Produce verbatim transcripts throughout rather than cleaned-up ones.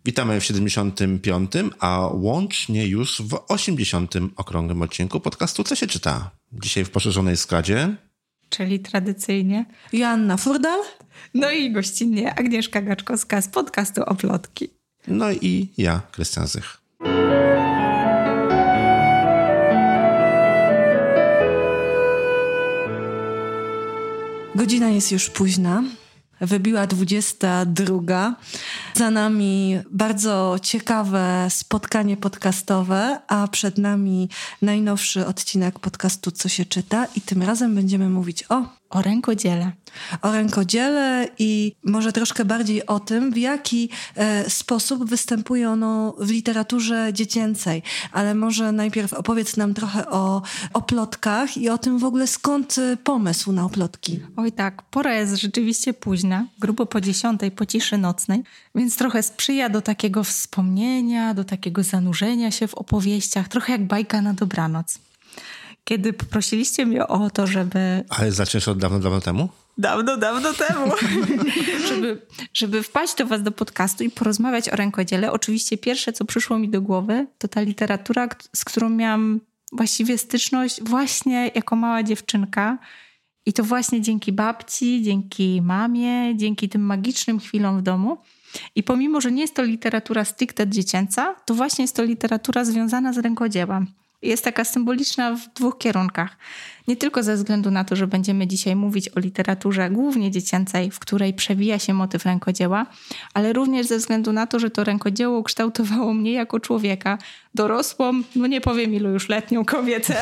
Witamy w siedemdziesiątym piątym, a łącznie już w osiemdziesiątym okrągłym odcinku podcastu Co się czyta? Dzisiaj w poszerzonej składzie. Czyli tradycyjnie Joanna Furdal. No i gościnnie Agnieszka Gaczkowska z podcastu Oplotki. No i ja, Krystian Zych. Godzina jest już późna. Wybiła dwudziesta druga. Za nami bardzo ciekawe spotkanie podcastowe, a przed nami najnowszy odcinek podcastu Co się czyta i tym razem będziemy mówić o... O rękodziele. O rękodziele i może troszkę bardziej o tym, w jaki e, sposób występuje ono w literaturze dziecięcej. Ale może najpierw opowiedz nam trochę o, o plotkach i o tym w ogóle skąd pomysł na oplotki. Oj tak, pora jest rzeczywiście późna, grubo po dziesiątej, po ciszy nocnej, więc trochę sprzyja do takiego wspomnienia, do takiego zanurzenia się w opowieściach, trochę jak bajka na dobranoc. Kiedy poprosiliście mnie o to, żeby... Ale zaczniesz od dawno, dawno temu? Dawno, dawno temu. żeby, żeby wpaść do was do podcastu i porozmawiać o rękodziele. Oczywiście pierwsze, co przyszło mi do głowy, to ta literatura, z którą miałam właściwie styczność właśnie jako mała dziewczynka. I to właśnie dzięki babci, dzięki mamie, dzięki tym magicznym chwilom w domu. I pomimo, że nie jest to literatura stricte dziecięca, to właśnie jest to literatura związana z rękodziełem. Jest taka symboliczna w dwóch kierunkach. Nie tylko ze względu na to, że będziemy dzisiaj mówić o literaturze głównie dziecięcej, w której przewija się motyw rękodzieła, ale również ze względu na to, że to rękodzieło ukształtowało mnie jako człowieka, dorosłą, no nie powiem ilu już letnią kobietę,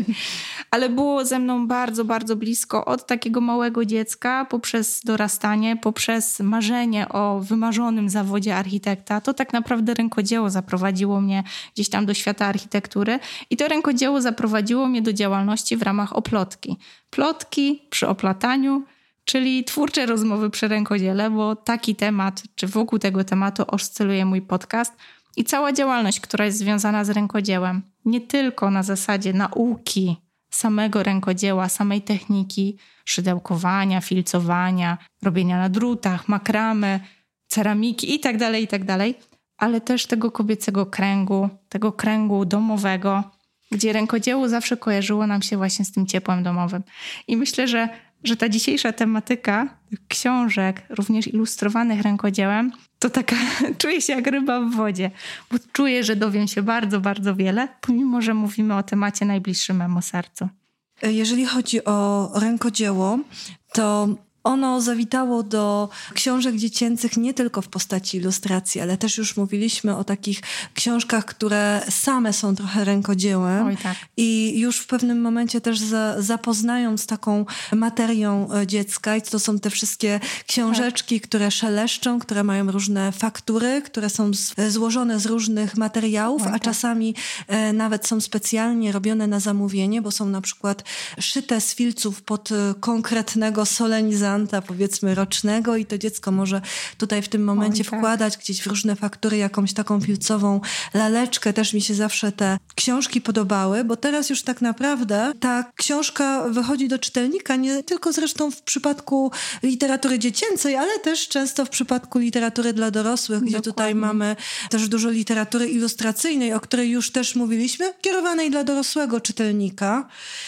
ale było ze mną bardzo, bardzo blisko od takiego małego dziecka poprzez dorastanie, poprzez marzenie o wymarzonym zawodzie architekta. To tak naprawdę rękodzieło zaprowadziło mnie gdzieś tam do świata architektury i to rękodzieło zaprowadziło mnie do działalności w ramach oplotki. Plotki przy oplataniu, czyli twórcze rozmowy przy rękodziele, bo taki temat, czy wokół tego tematu oscyluje mój podcast i cała działalność, która jest związana z rękodziełem. Nie tylko na zasadzie nauki samego rękodzieła, samej techniki, szydełkowania, filcowania, robienia na drutach, makramy, ceramiki itd., itd., ale też tego kobiecego kręgu, tego kręgu domowego, gdzie rękodzieło zawsze kojarzyło nam się właśnie z tym ciepłem domowym. I myślę, że, że ta dzisiejsza tematyka książek, również ilustrowanych rękodziełem, to taka, czuję się jak ryba w wodzie, bo czuję, że dowiem się bardzo, bardzo wiele, pomimo, że mówimy o temacie najbliższym memu sercu. Jeżeli chodzi o rękodzieło, to ono zawitało do książek dziecięcych nie tylko w postaci ilustracji, ale też już mówiliśmy o takich książkach, które same są trochę rękodziełem. Oj, tak. I już w pewnym momencie też za, zapoznają z taką materią dziecka. I to są te wszystkie książeczki, tak, które szeleszczą, które mają różne faktury, które są z, złożone z różnych materiałów, Oj, a tak. czasami e, nawet są specjalnie robione na zamówienie, bo są na przykład szyte z filców pod konkretnego solenizanta, powiedzmy rocznego i to dziecko może tutaj w tym momencie Oj, tak. wkładać gdzieś w różne faktury jakąś taką filcową laleczkę. Też mi się zawsze te książki podobały, bo teraz już tak naprawdę ta książka wychodzi do czytelnika nie tylko zresztą w przypadku literatury dziecięcej, ale też często w przypadku literatury dla dorosłych, Dokładnie. Gdzie tutaj mamy też dużo literatury ilustracyjnej, o której już też mówiliśmy, kierowanej dla dorosłego czytelnika.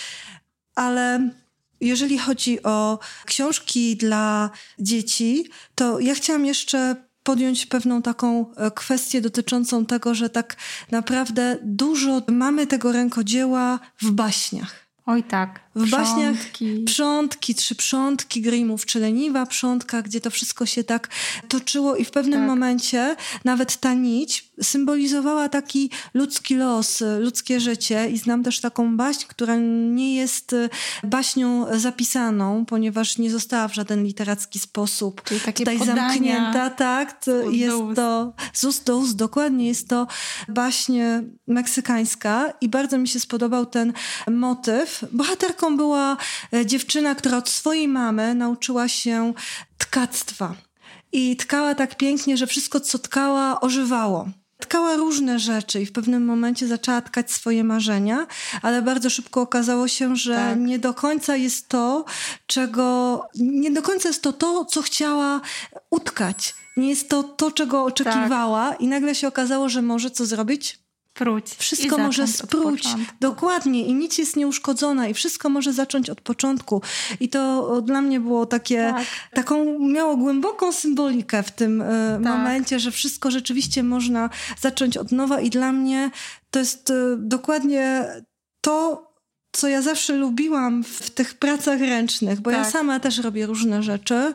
Ale jeżeli chodzi o książki dla dzieci, to ja chciałam jeszcze podjąć pewną taką kwestię dotyczącą tego, że tak naprawdę dużo mamy tego rękodzieła w baśniach. Oj tak, w baśniach Przątki. Przątki, trzy przątki Grimmów, czy Leniwa Przątka, gdzie to wszystko się tak toczyło i w pewnym tak. momencie nawet ta nić symbolizowała taki ludzki los, ludzkie życie i znam też taką baśń, która nie jest baśnią zapisaną, ponieważ nie została w żaden literacki sposób Czyli takie tutaj zamknięta. Tak, to jest to z ust do ust, dokładnie jest to baśń meksykańska i bardzo mi się spodobał ten motyw. Bohaterką była dziewczyna, która od swojej mamy nauczyła się tkactwa i tkała tak pięknie, że wszystko co tkała ożywało. tkała różne rzeczy i w pewnym momencie zaczęła tkać swoje marzenia, ale bardzo szybko okazało się, że tak. nie do końca jest to, czego... Nie do końca jest to to, co chciała utkać. Nie jest to to, czego oczekiwała tak. i nagle się okazało, że może co zrobić? Spróć. Wszystko może spróć. Dokładnie. I nic jest nieuszkodzona i wszystko może zacząć od początku. I to dla mnie było takie, tak. taką, miało głęboką symbolikę w tym y, tak. momencie, że wszystko rzeczywiście można zacząć od nowa i dla mnie to jest y, dokładnie to, co ja zawsze lubiłam w tych pracach ręcznych, bo tak. ja sama też robię różne rzeczy.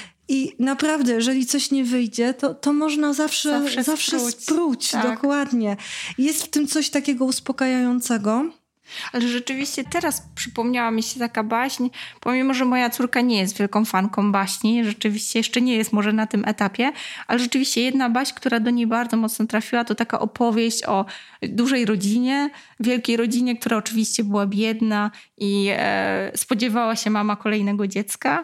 I naprawdę, jeżeli coś nie wyjdzie, to, to można zawsze, zawsze, zawsze spróć. spróć tak. Dokładnie. Jest w tym coś takiego uspokajającego. Ale rzeczywiście teraz przypomniała mi się taka baśń, pomimo, że moja córka nie jest wielką fanką baśni, rzeczywiście jeszcze nie jest może na tym etapie, ale rzeczywiście jedna baśń, która do niej bardzo mocno trafiła, to taka opowieść o dużej rodzinie, wielkiej rodzinie, która oczywiście była biedna i e, spodziewała się mama kolejnego dziecka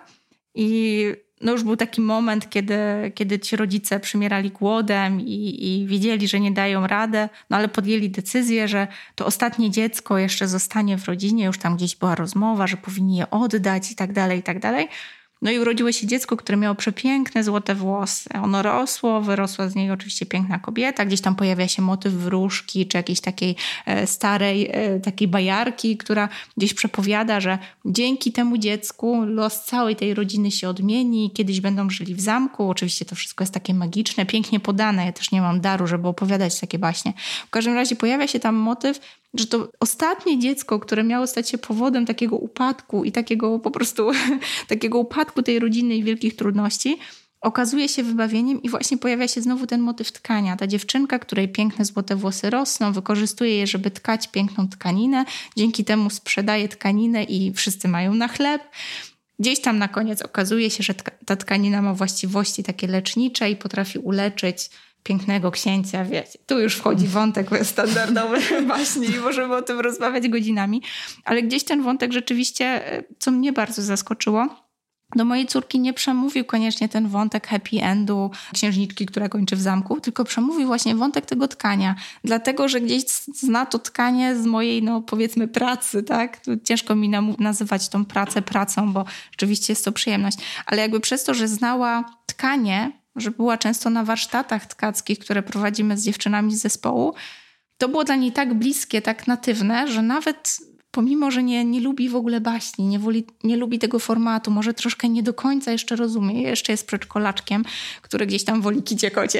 i no już był taki moment, kiedy, kiedy ci rodzice przymierali głodem i, i wiedzieli, że nie dają radę, no ale podjęli decyzję, że to ostatnie dziecko jeszcze zostanie w rodzinie, już tam gdzieś była rozmowa, że powinni je oddać i tak dalej, i tak dalej. No i urodziło się dziecko, które miało przepiękne złote włosy. Ono rosło, wyrosła z niej oczywiście piękna kobieta. Gdzieś tam pojawia się motyw wróżki, czy jakiejś takiej e, starej e, takiej bajarki, która gdzieś przepowiada, że dzięki temu dziecku los całej tej rodziny się odmieni. Kiedyś będą żyli w zamku. Oczywiście to wszystko jest takie magiczne, pięknie podane. Ja też nie mam daru, żeby opowiadać takie baśnie. W każdym razie pojawia się tam motyw, że to ostatnie dziecko, które miało stać się powodem takiego upadku i takiego po prostu takiego upadku tej rodziny i wielkich trudności, okazuje się wybawieniem i właśnie pojawia się znowu ten motyw tkania. Ta dziewczynka, której piękne złote włosy rosną, wykorzystuje je, żeby tkać piękną tkaninę. Dzięki temu sprzedaje tkaninę i wszyscy mają na chleb. Gdzieś tam na koniec okazuje się, że ta tkanina ma właściwości takie lecznicze i potrafi uleczyć pięknego księcia, wiecie. Tu już wchodzi wątek standardowy baśni i możemy o tym rozmawiać godzinami. Ale gdzieś ten wątek rzeczywiście, co mnie bardzo zaskoczyło, do mojej córki nie przemówił koniecznie ten wątek happy endu księżniczki, która kończy w zamku, tylko przemówił właśnie wątek tego tkania. Dlatego, że gdzieś zna to tkanie z mojej, no powiedzmy, pracy, tak? Tu ciężko mi nam nazywać tą pracę pracą, bo rzeczywiście jest to przyjemność. Ale jakby przez to, że znała tkanie, że była często na warsztatach tkackich, które prowadzimy z dziewczynami z zespołu, to było dla niej tak bliskie, tak natywne, że nawet pomimo, że nie, nie lubi w ogóle baśni, nie, woli, nie lubi tego formatu, może troszkę nie do końca jeszcze rozumie, jeszcze jest przedszkolaczkiem, który gdzieś tam woli kicie kocie,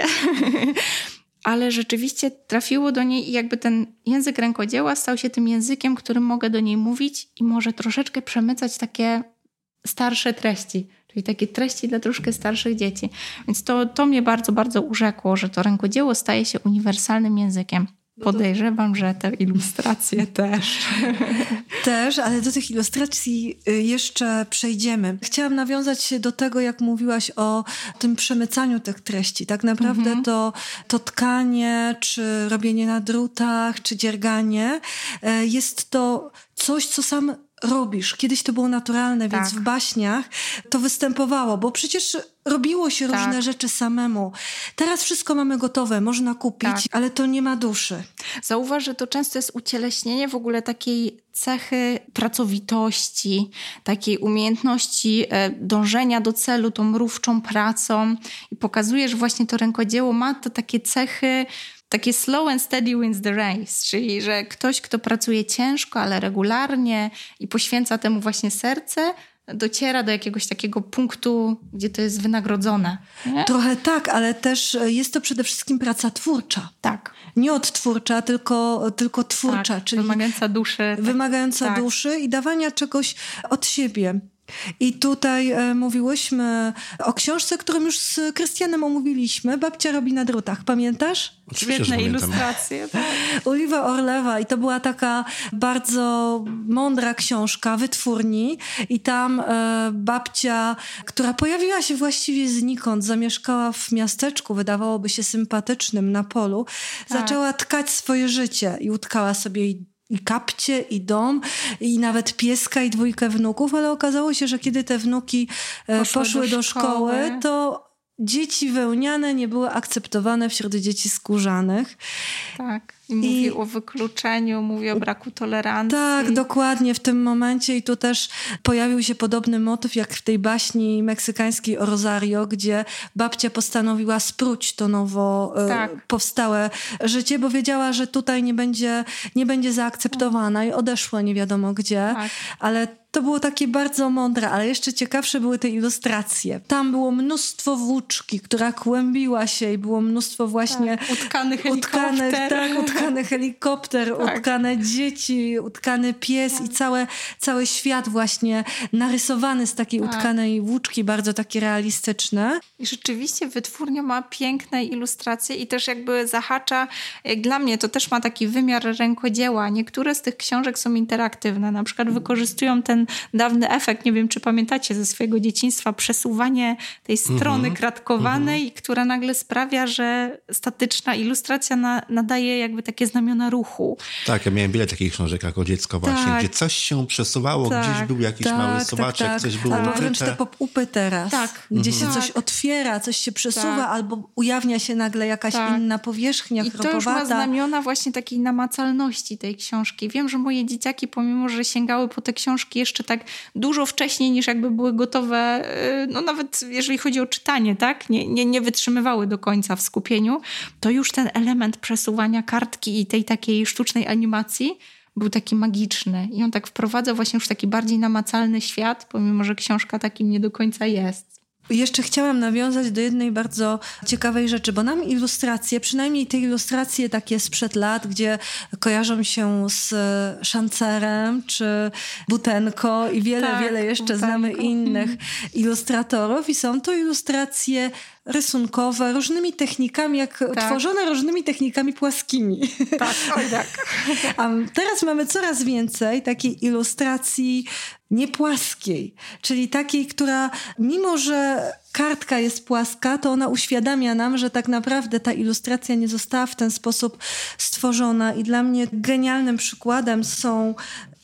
ale rzeczywiście trafiło do niej i jakby ten język rękodzieła stał się tym językiem, którym mogę do niej mówić i może troszeczkę przemycać takie starsze treści. Czyli takie treści dla troszkę starszych dzieci. Więc to, to mnie bardzo, bardzo urzekło, że to rękodzieło staje się uniwersalnym językiem. Podejrzewam, że te ilustracje też. Też, ale do tych ilustracji jeszcze przejdziemy. Chciałam nawiązać do tego, jak mówiłaś o tym przemycaniu tych treści. Tak naprawdę mhm. to, to tkanie, czy robienie na drutach, czy dzierganie jest to coś, co sam robisz. Kiedyś to było naturalne, tak. Więc w baśniach to występowało, bo przecież robiło się tak. różne rzeczy samemu. Teraz wszystko mamy gotowe, można kupić, tak. ale to nie ma duszy. Zauważ, że to często jest ucieleśnienie w ogóle takiej cechy pracowitości, takiej umiejętności dążenia do celu tą mrówczą pracą i pokazujesz właśnie to rękodzieło, ma to takie cechy takie slow and steady wins the race, czyli że ktoś, kto pracuje ciężko, ale regularnie i poświęca temu właśnie serce, dociera do jakiegoś takiego punktu, gdzie to jest wynagrodzone. Nie? Trochę tak, ale też jest to przede wszystkim praca twórcza. Tak. Nie odtwórcza, tylko, tylko twórcza. Tak, czyli wymagająca duszy. Wymagająca tak. duszy i dawania czegoś od siebie. I tutaj e, mówiłyśmy o książce, którą już z Krystianem omówiliśmy. Babcia robi na drutach. Pamiętasz? Oczywiście, świetne ilustracje. Tak. Oliwa Orlewa i to była taka bardzo mądra książka wytwórni i tam e, babcia, która pojawiła się właściwie znikąd, zamieszkała w miasteczku, wydawałoby się sympatycznym na polu, tak. zaczęła tkać swoje życie i utkała sobie i I kapcie, i dom, i nawet pieska, i dwójkę wnuków, ale okazało się, że kiedy te wnuki poszły, poszły do, do szkoły, szkoły, to dzieci wełniane nie były akceptowane wśród dzieci skórzanych. Tak. I mówi I, o wykluczeniu, mówi o braku tolerancji. Tak, dokładnie w tym momencie i tu też pojawił się podobny motyw jak w tej baśni meksykańskiej o Rosario, gdzie babcia postanowiła spróć to nowo tak. e, powstałe życie, bo wiedziała, że tutaj nie będzie, nie będzie zaakceptowana i odeszła nie wiadomo gdzie, tak. ale to było takie bardzo mądre, ale jeszcze ciekawsze były te ilustracje. Tam było mnóstwo włóczki, która kłębiła się i było mnóstwo właśnie... Tak. Utkany helikopter. Utkanych, tak, utkany helikopter, tak. utkane dzieci, utkany pies tak. i całe, cały świat właśnie narysowany z takiej tak. utkanej włóczki, bardzo takie realistyczne. I rzeczywiście wytwórnia ma piękne ilustracje i też jakby zahacza, jak dla mnie to też ma taki wymiar rękodzieła. Niektóre z tych książek są interaktywne, na przykład wykorzystują ten dawny efekt, nie wiem czy pamiętacie ze swojego dzieciństwa, przesuwanie tej strony mm-hmm. kratkowanej, mm-hmm. która nagle sprawia, że statyczna ilustracja na, nadaje jakby takie znamiona ruchu. Tak, ja miałem wiele takich książek jako dziecko właśnie, tak. gdzie coś się przesuwało, tak. gdzieś był jakiś tak, mały suwaczek, tak, tak. coś było Albo ukryte. wręcz te pop-upy teraz, tak. gdzie mm-hmm. się coś tak. otwiera, coś się przesuwa, tak. albo ujawnia się nagle jakaś tak. inna powierzchnia I chropowata. to już ma znamiona właśnie takiej namacalności tej książki. Wiem, że moje dzieciaki, pomimo że sięgały po te książki jeszcze tak dużo wcześniej niż jakby były gotowe, no nawet jeżeli chodzi o czytanie, tak? Nie, nie, nie wytrzymywały do końca w skupieniu, to już ten element przesuwania kartki i tej takiej sztucznej animacji był taki magiczny. I on tak wprowadza właśnie już taki bardziej namacalny świat, pomimo że książka takim nie do końca jest. Jeszcze chciałam nawiązać do jednej bardzo ciekawej rzeczy, bo nam ilustracje, przynajmniej te ilustracje takie sprzed lat, gdzie kojarzą się z Szancerem czy Butenko i wiele, tak, wiele jeszcze Butenko. Znamy innych ilustratorów i są to ilustracje rysunkowe, różnymi technikami, jak tak. tworzone różnymi technikami płaskimi. Tak, oj tak. A teraz mamy coraz więcej takiej ilustracji niepłaskiej, czyli takiej, która mimo, że kartka jest płaska, to ona uświadamia nam, że tak naprawdę ta ilustracja nie została w ten sposób stworzona i dla mnie genialnym przykładem są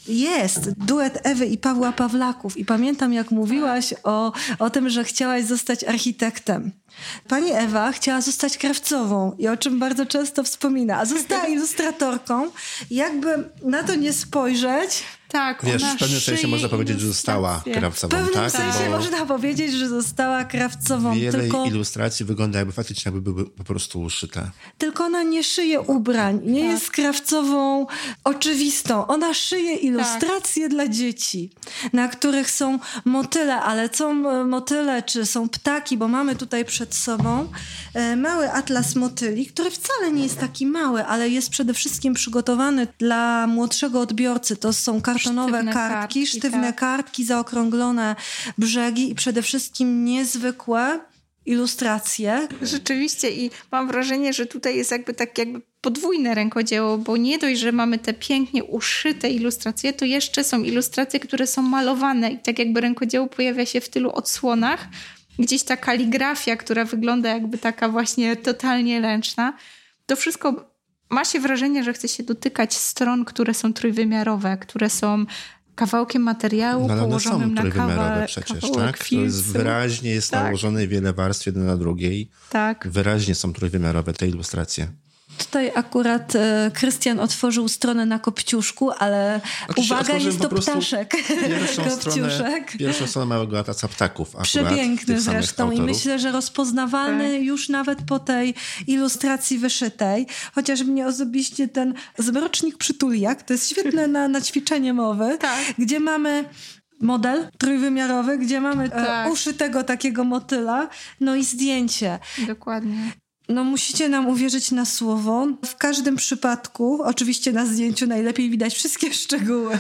Jest duet Ewy i Pawła Pawlaków i pamiętam, jak mówiłaś o, o tym, że chciałaś zostać architektem. Pani Ewa chciała zostać krawcową i o czym bardzo często wspomina, a została ilustratorką. Jakby na to nie spojrzeć... Tak, wiesz, w pewnym sensie można powiedzieć, że została krawcową. W pewnym tak? sensie Bo można powiedzieć, że została krawcową. Wiele tylko... ilustracji wygląda jakby faktycznie jakby były po prostu uszyte. Tylko ona nie szyje ubrań, nie tak. jest krawcową oczywistą. Ona szyje ilustracje tak. dla dzieci, na których są motyle, ale są motyle, czy są ptaki, bo mamy tutaj przed sobą mały atlas motyli, który wcale nie jest taki mały, ale jest przede wszystkim przygotowany dla młodszego odbiorcy. To są kartonowe sztywne kartki, kartki, sztywne tak. kartki, zaokrąglone brzegi i przede wszystkim niezwykłe ilustracje. Rzeczywiście i mam wrażenie, że tutaj jest jakby tak jakby podwójne rękodzieło, bo nie dość, że mamy te pięknie uszyte ilustracje, to jeszcze są ilustracje, które są malowane i tak jakby rękodzieło pojawia się w tylu odsłonach. Gdzieś ta kaligrafia, która wygląda jakby taka właśnie totalnie ręczna. To wszystko ma się wrażenie, że chce się dotykać stron, które są trójwymiarowe, które są kawałkiem materiału no, położonym na kawałek przecież, tak? To jest wyraźnie jest tak. nałożone wiele warstw jedna na drugiej. Tak. Wyraźnie są trójwymiarowe te ilustracje. Tutaj akurat Krystian e, otworzył stronę na kopciuszku, ale Oczywiście uwaga, jest to ptaszek. Pierwszą stronę, pierwszą stronę małego atasa ptaków. Akurat, Przepiękny zresztą autorów. I myślę, że rozpoznawalny tak. już nawet po tej ilustracji wyszytej. Chociaż mnie osobiście ten zmrocznik przytuliak, to jest świetne na, na ćwiczenie mowy, tak. gdzie mamy model trójwymiarowy, gdzie mamy tak. e, uszytego takiego motyla, no i zdjęcie. Dokładnie. No musicie nam uwierzyć na słowo. W każdym przypadku, oczywiście na zdjęciu najlepiej widać wszystkie szczegóły.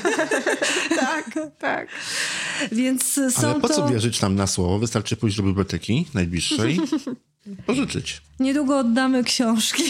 tak, tak. Więc są Ale po to... co wierzyć nam na słowo? Wystarczy pójść do biblioteki najbliższej, pożyczyć. Niedługo oddamy książki.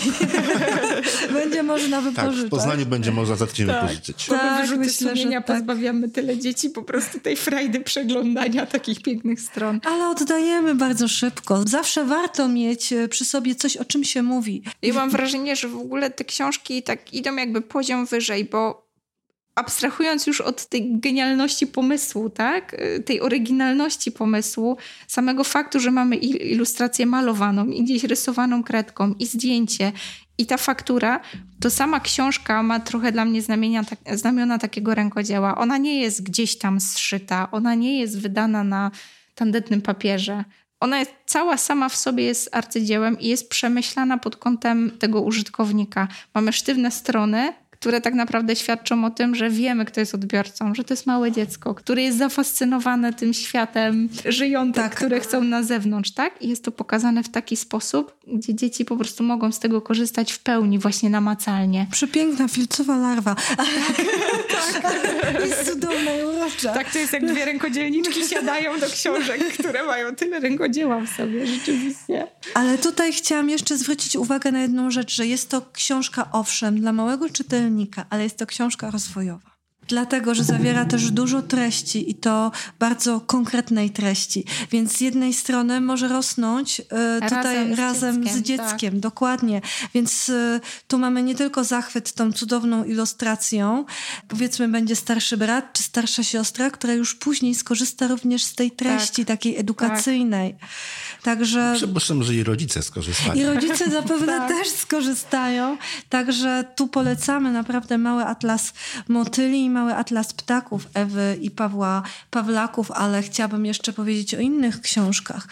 Będzie można wypożyczać. Tak, w Poznaniu będzie można za tydzień tak. wypożyczyć. Tak, wyrzuty sumienia tak. pozbawiamy tyle dzieci po prostu tej frajdy przeglądania takich pięknych stron. Ale oddajemy bardzo szybko. Zawsze warto mieć przy sobie coś, o czym się mówi. I mam wrażenie, że w ogóle te książki tak idą jakby poziom wyżej, bo abstrahując już od tej genialności pomysłu, tak? Tej oryginalności pomysłu, samego faktu, że mamy ilustrację malowaną i gdzieś rysowaną kredką i zdjęcie i ta faktura, to sama książka ma trochę dla mnie znamienia, tak, znamiona takiego rękodzieła. Ona nie jest gdzieś tam zszyta, ona nie jest wydana na tandetnym papierze. Ona jest, cała sama w sobie jest arcydziełem i jest przemyślana pod kątem tego użytkownika. Mamy sztywne strony, które tak naprawdę świadczą o tym, że wiemy, kto jest odbiorcą, że to jest małe dziecko, które jest zafascynowane tym światem żyjątek, tak, które chcą na zewnątrz, tak? I jest to pokazane w taki sposób, gdzie dzieci po prostu mogą z tego korzystać w pełni, właśnie namacalnie. Przepiękna, filcowa larwa. Tak, jest cudowna i urocza. Tak, to jest jak dwie rękodzielniczki siadają do książek, które mają tyle rękodzieła w sobie, rzeczywiście. Ale tutaj chciałam jeszcze zwrócić uwagę na jedną rzecz, że jest to książka, owszem, dla małego czytelnika, ale jest to książka rozwojowa. Dlatego, że zawiera też dużo treści i to bardzo konkretnej treści. Więc z jednej strony może rosnąć y, tutaj razem, razem z dzieckiem. Z dzieckiem tak. Dokładnie. Więc y, tu mamy nie tylko zachwyt tą cudowną ilustracją. Powiedzmy, będzie starszy brat czy starsza siostra, która już później skorzysta również z tej treści tak. takiej edukacyjnej. Tak. Także... Przypuszczam, że i rodzice skorzystają. I rodzice zapewne tak. też skorzystają. Także tu polecamy naprawdę mały atlas motyli i mały atlas ptaków Ewy i Pawła Pawlaków, ale chciałabym jeszcze powiedzieć o innych książkach,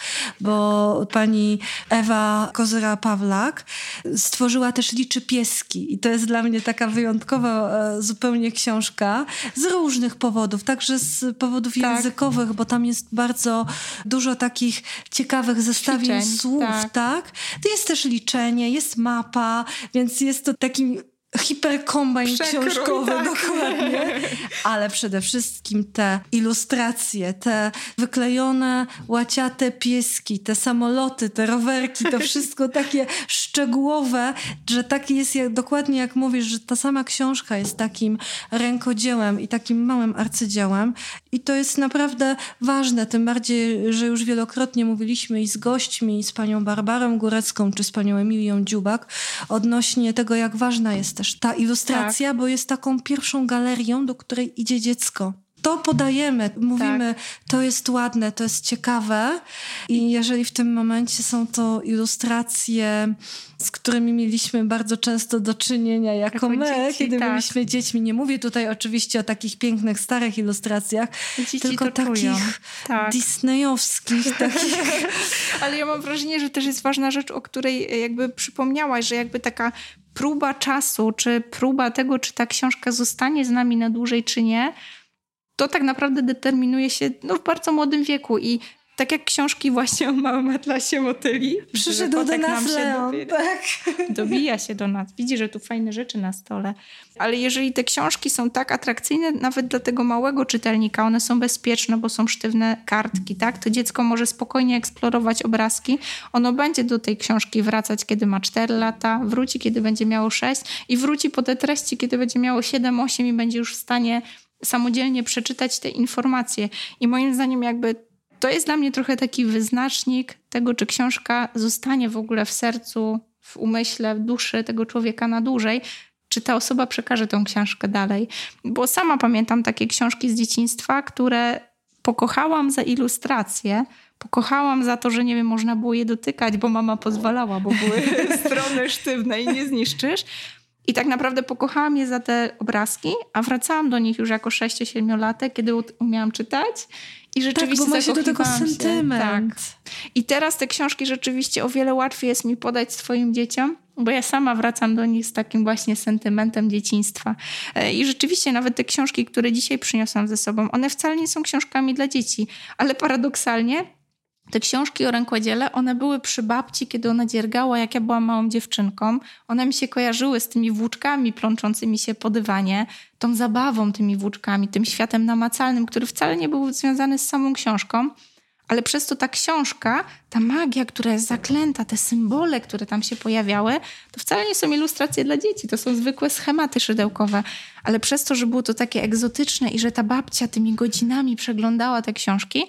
bo pani Ewa Kozyra-Pawlak stworzyła też Liczy pieski i to jest dla mnie taka wyjątkowa e, zupełnie książka z różnych powodów, także z powodów tak. językowych, bo tam jest bardzo dużo takich ciekawych zestawień Liczeń, słów, tak. tak? To jest też liczenie, jest mapa, więc jest to taki hiperkombajn książkowy, tak. dokładnie. Ale przede wszystkim te ilustracje, te wyklejone, łaciate pieski, te samoloty, te rowerki, to wszystko takie szczegółowe, że taki jest jak, dokładnie jak mówisz, że ta sama książka jest takim rękodziełem i takim małym arcydziełem. I to jest naprawdę ważne, tym bardziej, że już wielokrotnie mówiliśmy i z gośćmi, i z panią Barbarą Górecką, czy z panią Emilią Dziubak odnośnie tego, jak ważna jest też ta ilustracja, tak. bo jest taką pierwszą galerią, do której idzie dziecko. To podajemy, mówimy, tak. to jest ładne, to jest ciekawe i jeżeli w tym momencie są to ilustracje, z którymi mieliśmy bardzo często do czynienia jako, jako my, dzieci, kiedy tak. byliśmy dziećmi. Nie mówię tutaj oczywiście o takich pięknych, starych ilustracjach, dzieci tylko takich tak. disneyowskich. Takich. Ale ja mam wrażenie, że też jest ważna rzecz, o której jakby przypomniałaś, że jakby taka próba czasu, czy próba tego, czy ta książka zostanie z nami na dłużej, czy nie, to tak naprawdę determinuje się no, w bardzo młodym wieku i tak jak książki właśnie o małym atlasie motyli. Przyszedł do nas Leon, dobija, tak. Dobija się do nas. Widzi, że tu fajne rzeczy na stole. Ale jeżeli te książki są tak atrakcyjne nawet dla tego małego czytelnika, one są bezpieczne, bo są sztywne kartki, tak? To dziecko może spokojnie eksplorować obrazki. Ono będzie do tej książki wracać, kiedy ma cztery lata, wróci, kiedy będzie miało sześć i wróci po te treści, kiedy będzie miało siedem, osiem i będzie już w stanie samodzielnie przeczytać te informacje. I moim zdaniem jakby to jest dla mnie trochę taki wyznacznik tego, czy książka zostanie w ogóle w sercu, w umyśle, w duszy tego człowieka na dłużej, czy ta osoba przekaże tą książkę dalej. Bo sama pamiętam takie książki z dzieciństwa, które pokochałam za ilustrację, pokochałam za to, że nie wiem, można było je dotykać, bo mama pozwalała, bo były strony sztywne i nie zniszczysz. I tak naprawdę pokochałam je za te obrazki, a wracałam do nich już jako sześcio-siedmiolatek, kiedy umiałam czytać. I rzeczywiście tak, bo ma się do tego sentyment. Tak. I teraz te książki rzeczywiście o wiele łatwiej jest mi podać swoim dzieciom, bo ja sama wracam do nich z takim właśnie sentymentem dzieciństwa. I rzeczywiście nawet te książki, które dzisiaj przyniosłam ze sobą, one wcale nie są książkami dla dzieci, ale paradoksalnie te książki o rękodziele, one były przy babci, kiedy ona dziergała, jak ja byłam małą dziewczynką. One mi się kojarzyły z tymi włóczkami plączącymi się po dywanie, tą zabawą tymi włóczkami, tym światem namacalnym, który wcale nie był związany z samą książką, ale przez to ta książka, ta magia, która jest zaklęta, te symbole, które tam się pojawiały, to wcale nie są ilustracje dla dzieci, to są zwykłe schematy szydełkowe, ale przez to, że było to takie egzotyczne i że ta babcia tymi godzinami przeglądała te książki,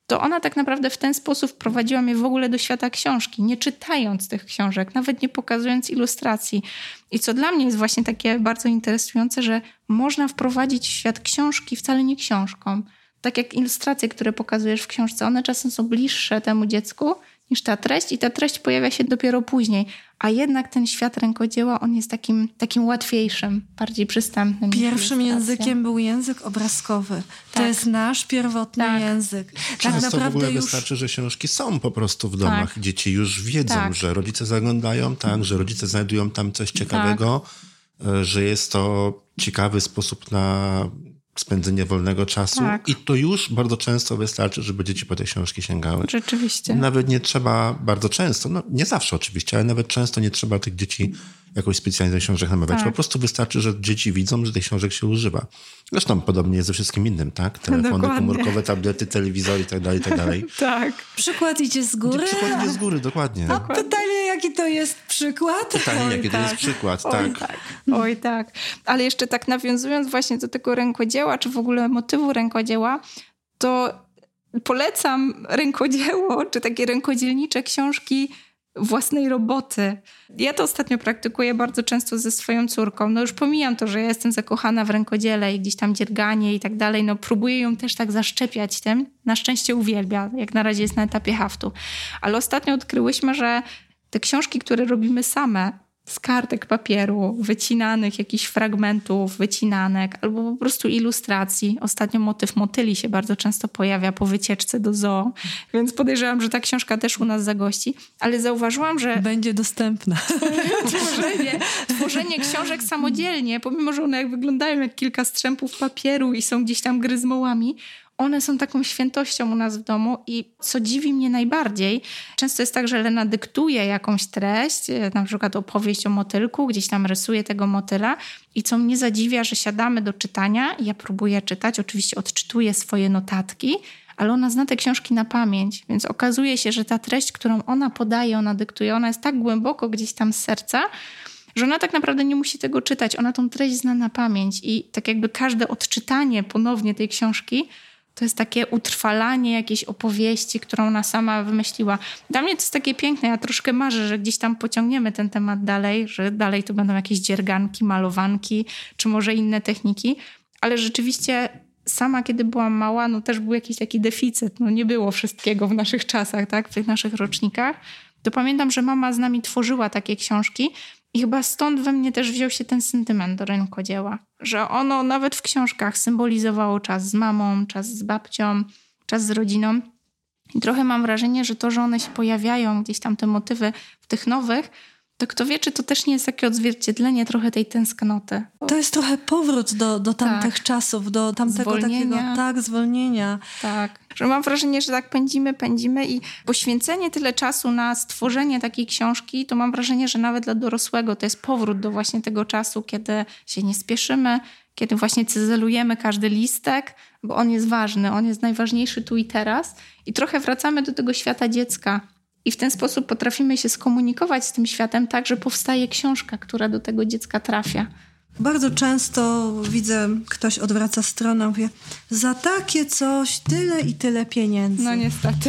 to ona tak naprawdę w ten sposób wprowadziła mnie w ogóle do świata książki, nie czytając tych książek, nawet nie pokazując ilustracji. I co dla mnie jest właśnie takie bardzo interesujące, że można wprowadzić w świat książki wcale nie książką. Tak jak ilustracje, które pokazujesz w książce, one czasem są bliższe temu dziecku niż ta treść i ta treść pojawia się dopiero później. A jednak ten świat rękodzieła, on jest takim, takim łatwiejszym, bardziej przystępnym. Pierwszym językiem był język obrazkowy. To tak. jest nasz pierwotny tak. język. Często Tak naprawdę w ogóle już... wystarczy, że książki są po prostu w domach. Tak. Dzieci już wiedzą, tak. że rodzice zaglądają, tak, że rodzice znajdują tam coś ciekawego, tak. że jest to ciekawy sposób na spędzenie wolnego czasu tak. i to już bardzo często wystarczy, żeby dzieci po te książki sięgały. Rzeczywiście. Nawet nie trzeba bardzo często, no nie zawsze oczywiście, ale nawet często nie trzeba tych dzieci jakoś specjalnie do książek namawiać. Tak. Po prostu wystarczy, że dzieci widzą, że tych książek się używa. Zresztą podobnie jest ze wszystkim innym, tak? Telefony Dokładnie. komórkowe, tablety, telewizory i tak dalej, i tak dalej. tak. Przykład idzie z góry. Przykład idzie z góry, dokładnie. A pytanie, jaki to jest przykład? Pytanie, jaki to jest przykład, Oj, tak. tak. Oj tak. Ale jeszcze tak nawiązując właśnie do tego rękodzieła, czy w ogóle motywu rękodzieła, to polecam rękodzieło, czy takie rękodzielnicze książki własnej roboty. Ja to ostatnio praktykuję bardzo często ze swoją córką. No już pomijam to, że ja jestem zakochana w rękodziele i gdzieś tam dzierganie i tak dalej. No próbuję ją też tak zaszczepiać tym. Na szczęście uwielbia. Jak na razie jest na etapie haftu. Ale ostatnio odkryłyśmy, że te książki, które robimy same, z kartek papieru, wycinanych jakichś fragmentów, wycinanek albo po prostu ilustracji. Ostatnio motyw motyli się bardzo często pojawia po wycieczce do zoo, więc podejrzewam, że ta książka też u nas zagości. Ale zauważyłam, że będzie dostępna. Tworzenie, tworzenie książek samodzielnie, pomimo że one jak wyglądają jak kilka strzępów papieru i są gdzieś tam gryzmołami, one są taką świętością u nas w domu i co dziwi mnie najbardziej, często jest tak, że Lena dyktuje jakąś treść, na przykład opowieść o motylku, gdzieś tam rysuje tego motyla i co mnie zadziwia, że siadamy do czytania, ja próbuję czytać, oczywiście odczytuję swoje notatki, ale ona zna te książki na pamięć, więc okazuje się, że ta treść, którą ona podaje, ona dyktuje, ona jest tak głęboko gdzieś tam z serca, że ona tak naprawdę nie musi tego czytać, ona tą treść zna na pamięć i tak jakby każde odczytanie ponownie tej książki to jest takie utrwalanie jakiejś opowieści, którą ona sama wymyśliła. Dla mnie to jest takie piękne. Ja troszkę marzę, że gdzieś tam pociągniemy ten temat dalej, że dalej to będą jakieś dzierganki, malowanki, czy może inne techniki. Ale rzeczywiście sama, kiedy byłam mała, no też był jakiś taki deficyt. No nie było wszystkiego w naszych czasach, tak? W tych naszych rocznikach. To pamiętam, że mama z nami tworzyła takie książki i chyba stąd we mnie też wziął się ten sentyment do rękodzieła. Że ono nawet w książkach symbolizowało czas z mamą, czas z babcią, czas z rodziną. I trochę mam wrażenie, że to, że one się pojawiają, gdzieś tam te motywy w tych nowych, to kto wie, czy to też nie jest takie odzwierciedlenie trochę tej tęsknoty. To jest trochę powrót do, do tamtych tak. czasów, do tamtego zwolnienia. takiego tak, zwolnienia. Tak, że mam wrażenie, że tak pędzimy, pędzimy i poświęcenie tyle czasu na stworzenie takiej książki, to mam wrażenie, że nawet dla dorosłego to jest powrót do właśnie tego czasu, kiedy się nie spieszymy, kiedy właśnie cyzelujemy każdy listek, bo on jest ważny, on jest najważniejszy tu i teraz i trochę wracamy do tego świata dziecka. I w ten sposób potrafimy się skomunikować z tym światem tak, że powstaje książka, która do tego dziecka trafia. Bardzo często widzę, ktoś odwraca stronę, mówi, za takie coś tyle i tyle pieniędzy. No niestety.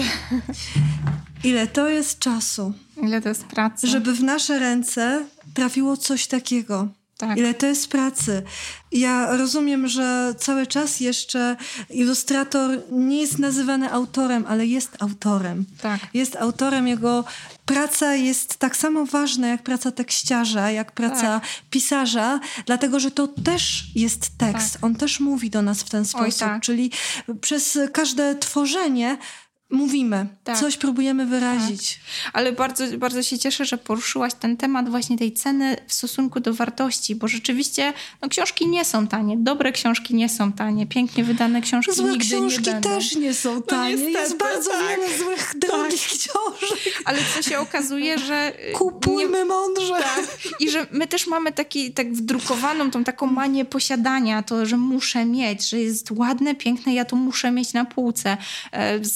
Ile to jest czasu? Ile to jest pracy? Żeby w nasze ręce trafiło coś takiego. Tak. Ile to jest pracy. Ja rozumiem, że cały czas jeszcze ilustrator nie jest nazywany autorem, ale jest autorem. Tak. Jest autorem, jego praca jest tak samo ważna jak praca tekściarza, jak praca tak. pisarza, dlatego że to też jest tekst. Tak. On też mówi do nas w ten sposób. Oj, tak. Czyli przez każde tworzenie mówimy, tak. coś próbujemy wyrazić. Tak. Ale bardzo, bardzo się cieszę, że poruszyłaś ten temat właśnie tej ceny w stosunku do wartości, bo rzeczywiście no, książki nie są tanie. Dobre książki nie są tanie. Pięknie wydane książki Złe nigdy książki nie będą. też nie są tanie. No niestety, jest bardzo tak. wiele złych, drogich tak. książek. Ale co się okazuje, że... Kupujmy nie... mądrze. Tak. I że my też mamy taki, tak wdrukowaną tą taką manię posiadania, to, że muszę mieć, że jest ładne, piękne, ja to muszę mieć na półce. Z, z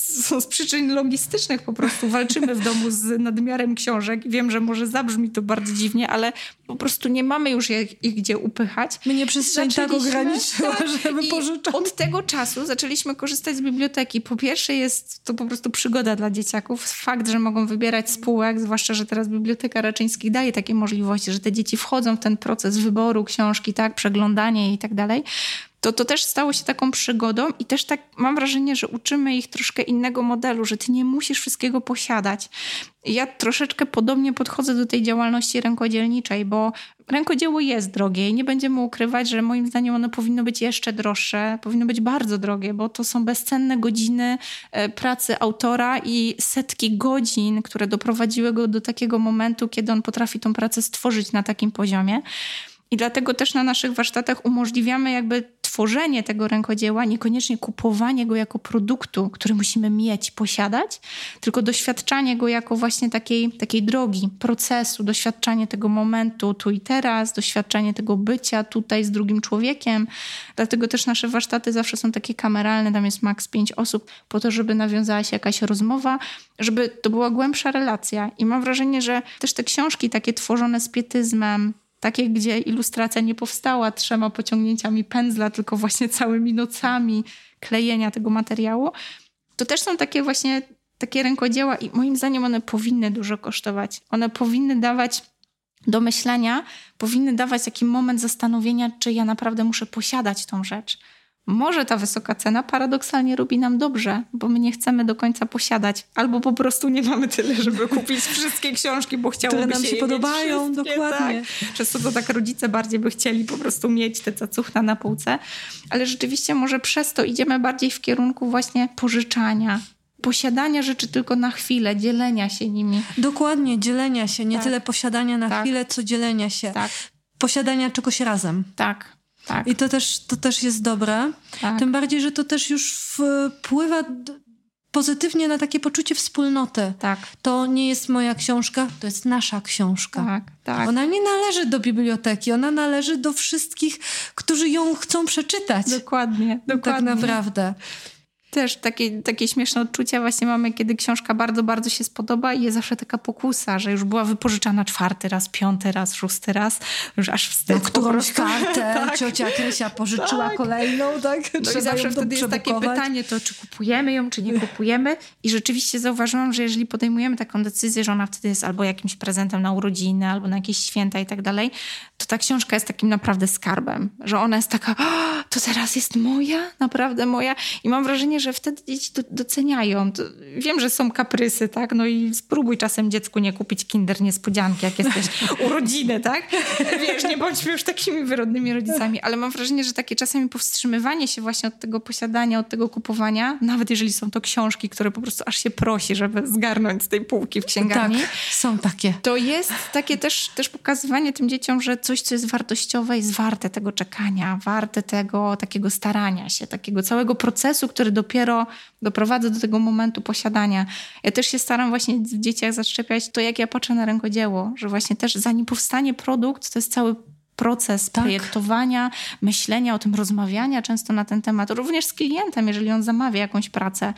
przyczyn logistycznych po prostu walczymy w domu z nadmiarem książek. Wiem, że może zabrzmi to bardzo dziwnie, ale po prostu nie mamy już ich, ich gdzie upychać. Mnie przestrzeń tak ograniczyła, tak, żeby pożyczać. Od tego czasu zaczęliśmy korzystać z biblioteki. Po pierwsze jest to po prostu przygoda dla dzieciaków. Fakt, że mogą wybierać spółek, zwłaszcza, że teraz Biblioteka Raczyńskich daje takie możliwości, że te dzieci wchodzą w ten proces wyboru książki, tak, przeglądania jej i tak dalej. To, to też stało się taką przygodą i też tak mam wrażenie, że uczymy ich troszkę innego modelu, że ty nie musisz wszystkiego posiadać. Ja troszeczkę podobnie podchodzę do tej działalności rękodzielniczej, bo rękodzieło jest drogie i nie będziemy ukrywać, że moim zdaniem ono powinno być jeszcze droższe, powinno być bardzo drogie, bo to są bezcenne godziny pracy autora i setki godzin, które doprowadziły go do takiego momentu, kiedy on potrafi tą pracę stworzyć na takim poziomie. I dlatego też na naszych warsztatach umożliwiamy jakby tworzenie tego rękodzieła, niekoniecznie kupowanie go jako produktu, który musimy mieć, posiadać, tylko doświadczanie go jako właśnie takiej, takiej drogi, procesu, doświadczanie tego momentu tu i teraz, doświadczanie tego bycia tutaj z drugim człowiekiem. Dlatego też nasze warsztaty zawsze są takie kameralne, tam jest maks pięć osób, po to, żeby nawiązała się jakaś rozmowa, żeby to była głębsza relacja. I mam wrażenie, że też te książki takie tworzone z pietyzmem, takie, gdzie ilustracja nie powstała trzema pociągnięciami pędzla, tylko właśnie całymi nocami klejenia tego materiału, to też są takie właśnie takie rękodzieła i moim zdaniem one powinny dużo kosztować. One powinny dawać do myślenia, powinny dawać taki moment zastanowienia, czy ja naprawdę muszę posiadać tą rzecz. Może ta wysoka cena paradoksalnie robi nam dobrze, bo my nie chcemy do końca posiadać. Albo po prostu nie mamy tyle, żeby kupić wszystkie książki, bo chciałoby które nam się, się podobają, dokładnie. Tak. Przez to, to tak rodzice bardziej by chcieli po prostu mieć te cacuchna na półce. Ale rzeczywiście może przez to idziemy bardziej w kierunku właśnie pożyczania, posiadania rzeczy tylko na chwilę, dzielenia się nimi. Dokładnie, dzielenia się. Nie tak. tyle posiadania na tak. chwilę, co dzielenia się. Tak. Posiadania czegoś razem. Tak. Tak. I to też, to też jest dobre. Tak. Tym bardziej, że to też już wpływa pozytywnie na takie poczucie wspólnoty. Tak. To nie jest moja książka, to jest nasza książka. Tak, tak. Ona nie należy do biblioteki, ona należy do wszystkich, którzy ją chcą przeczytać. Dokładnie, dokładnie. Tak naprawdę. Też takie, takie śmieszne odczucia właśnie mamy, kiedy książka bardzo, bardzo się spodoba i jest zawsze taka pokusa, że już była wypożyczana czwarty raz, piąty raz, szósty raz, już aż wstyd. Na którąś kartę tak. ciocia Krysia pożyczyła tak. kolejną, tak? No Trzeba i zawsze ją wtedy jest takie pytanie, to czy kupujemy ją, czy nie kupujemy. I rzeczywiście zauważyłam, że jeżeli podejmujemy taką decyzję, że ona wtedy jest albo jakimś prezentem na urodziny, albo na jakieś święta i tak dalej, to ta książka jest takim naprawdę skarbem. Że ona jest taka, to teraz jest moja? Naprawdę moja? I mam wrażenie, że wtedy dzieci to doceniają. To wiem, że są kaprysy, tak? No i spróbuj czasem dziecku nie kupić kinder niespodzianki, jak jesteś urodziny, tak? Wiesz, nie bądźmy już takimi wyrodnymi rodzicami, ale mam wrażenie, że takie czasami powstrzymywanie się właśnie od tego posiadania, od tego kupowania, nawet jeżeli są to książki, które po prostu aż się prosi, żeby zgarnąć z tej półki w księgarni. Tak, są takie. To jest takie też, też pokazywanie tym dzieciom, że coś, co jest wartościowe, jest warte tego czekania, warte tego takiego starania się, takiego całego procesu, który dopiero doprowadza do tego momentu posiadania. Ja też się staram właśnie w dzieciach zaszczepiać to, jak ja patrzę na rękodzieło, że właśnie też zanim powstanie produkt, to jest cały proces tak. projektowania, myślenia o tym, rozmawiania często na ten temat, również z klientem, jeżeli on zamawia jakąś pracę.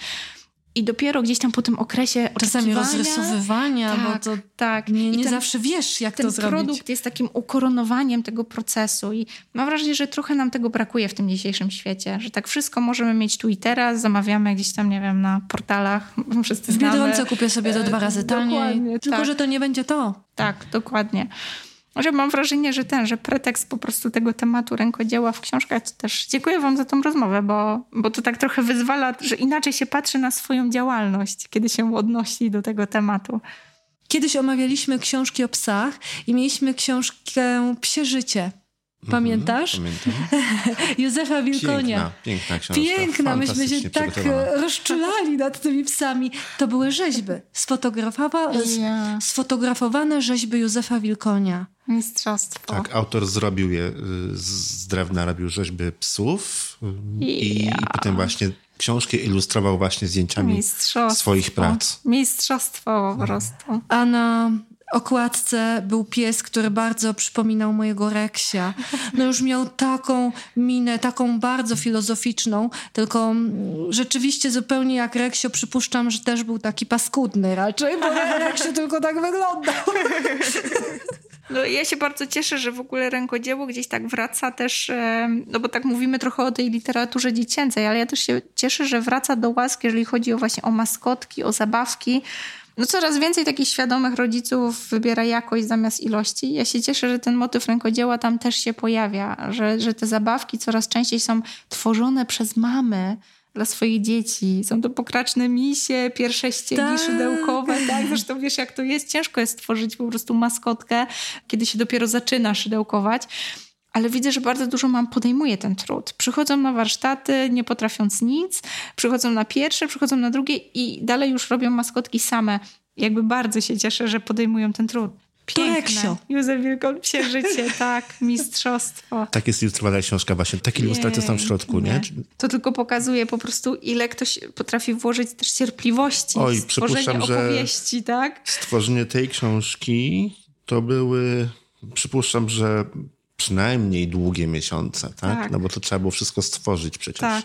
I dopiero gdzieś tam po tym okresie czasami rozrysowywania, tak, bo to tak. nie, nie ten, zawsze wiesz, jak ten to zrobić. Ten produkt jest takim ukoronowaniem tego procesu i mam wrażenie, że trochę nam tego brakuje w tym dzisiejszym świecie, że tak wszystko możemy mieć tu i teraz, zamawiamy gdzieś tam, nie wiem, na portalach, wszyscy w znamy. W Biedronce kupię sobie to dwa razy taniej, tylko tak. że to nie będzie to. Tak, dokładnie. Że mam wrażenie, że ten, że pretekst po prostu tego tematu rękodzieła w książkach, to też dziękuję wam za tą rozmowę, bo, bo to tak trochę wyzwala, że inaczej się patrzy na swoją działalność, kiedy się odnosi do tego tematu. Kiedyś omawialiśmy książki o psach i mieliśmy książkę Psie życie. Pamiętasz? Mm, pamiętam. Józefa Wilkonia. Piękna, piękna książka. Piękna, myśmy się tak rozczulali nad tymi psami. To były rzeźby. Sfotografowa... Yeah. Sfotografowane rzeźby Józefa Wilkonia. Mistrzostwo. Tak, autor zrobił je z drewna, robił rzeźby psów i, yeah. i potem właśnie książkę ilustrował właśnie zdjęciami swoich prac. Mistrzostwo po prostu. A na, okładce był pies, który bardzo przypominał mojego Reksia. No już miał taką minę, taką bardzo filozoficzną, tylko rzeczywiście zupełnie jak Reksio, przypuszczam, że też był taki paskudny raczej, bo Reksio tylko tak wyglądał. No, ja się bardzo cieszę, że w ogóle rękodzieło gdzieś tak wraca też, no bo tak mówimy trochę o tej literaturze dziecięcej, ale ja też się cieszę, że wraca do łask, jeżeli chodzi o właśnie o maskotki, o zabawki. No coraz więcej takich świadomych rodziców wybiera jakość zamiast ilości. Ja się cieszę, że ten motyw rękodzieła tam też się pojawia, że, że te zabawki coraz częściej są tworzone przez mamy dla swoich dzieci. Są to pokraczne misie, pierwsze ściegi tak. szydełkowe. Tak? Zresztą wiesz, jak to jest. Ciężko jest stworzyć po prostu maskotkę, kiedy się dopiero zaczyna szydełkować. Ale widzę, że bardzo dużo mam podejmuje ten trud. Przychodzą na warsztaty, nie potrafiąc nic, przychodzą na pierwsze, przychodzą na drugie i dalej już robią maskotki same. Jakby bardzo się cieszę, że podejmują ten trud. Piękne. Józef Wilkoń, Psie życie, tak, mistrzostwo. Tak jest ilustrowana książka właśnie. Takie ilustracje są w środku, nie? nie? To tylko pokazuje po prostu, ile ktoś potrafi włożyć też cierpliwości Oj, w stworzenie opowieści, że tak? Stworzenie tej książki to były, przypuszczam, że przynajmniej długie miesiące, tak? tak? No bo to trzeba było wszystko stworzyć przecież. Tak.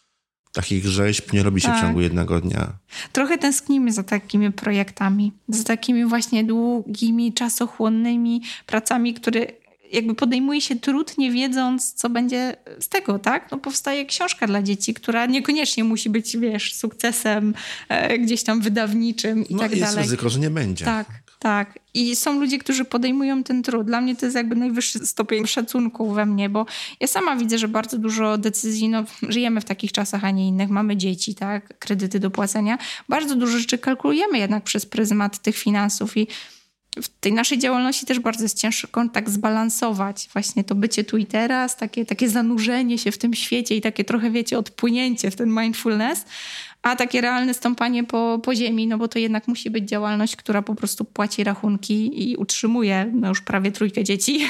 Takich rzeźb nie robi się tak. w ciągu jednego dnia. Trochę tęsknimy za takimi projektami, za takimi właśnie długimi, czasochłonnymi pracami, które jakby podejmuje się trud, nie wiedząc, co będzie z tego, tak? No powstaje książka dla dzieci, która niekoniecznie musi być, wiesz, sukcesem e, gdzieś tam wydawniczym i no, tak jest dalej. Jest ryzyko, że nie będzie. Tak, tak. I są ludzie, którzy podejmują ten trud. Dla mnie to jest jakby najwyższy stopień szacunku we mnie, bo ja sama widzę, że bardzo dużo decyzji, no żyjemy w takich czasach, a nie innych, mamy dzieci, tak? Kredyty do płacenia. Bardzo dużo rzeczy kalkulujemy jednak przez pryzmat tych finansów i w tej naszej działalności też bardzo jest ciężko tak zbalansować właśnie to bycie tu i teraz, takie, takie zanurzenie się w tym świecie i takie trochę, wiecie, odpłynięcie w ten mindfulness, a takie realne stąpanie po, po ziemi, no bo to jednak musi być działalność, która po prostu płaci rachunki i utrzymuje no już prawie trójkę dzieci.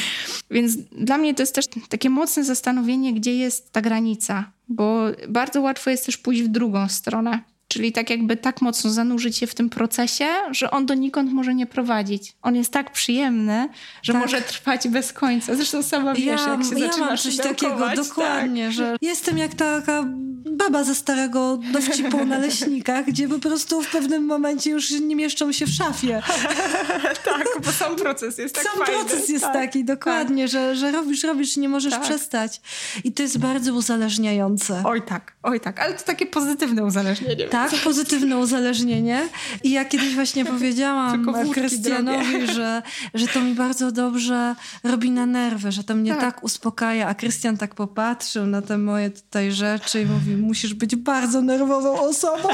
Więc dla mnie to jest też takie mocne zastanowienie, gdzie jest ta granica, bo bardzo łatwo jest też pójść w drugą stronę. Czyli tak jakby tak mocno zanurzyć się w tym procesie, że on donikąd może nie prowadzić. On jest tak przyjemny, że tak. może trwać bez końca. Zresztą sama wiesz, ja, jak się ja zaczyna mam coś takiego, dokładnie, tak. że jestem jak taka baba ze starego dowcipu na Leśnikach, gdzie po prostu w pewnym momencie już nie mieszczą się w szafie. Tak, bo sam proces jest tak Sam fajny. proces jest tak, taki, dokładnie, tak. że, że robisz, robisz i nie możesz tak. przestać. I to jest bardzo uzależniające. Oj tak, oj tak, ale to takie pozytywne uzależnienie. Tak, pozytywne uzależnienie. I ja kiedyś właśnie powiedziałam Krystianowi, że, że to mi bardzo dobrze robi na nerwy, że to mnie tak, tak uspokaja. A Krystian tak popatrzył na te moje tutaj rzeczy i mówi, musisz być bardzo nerwową osobą.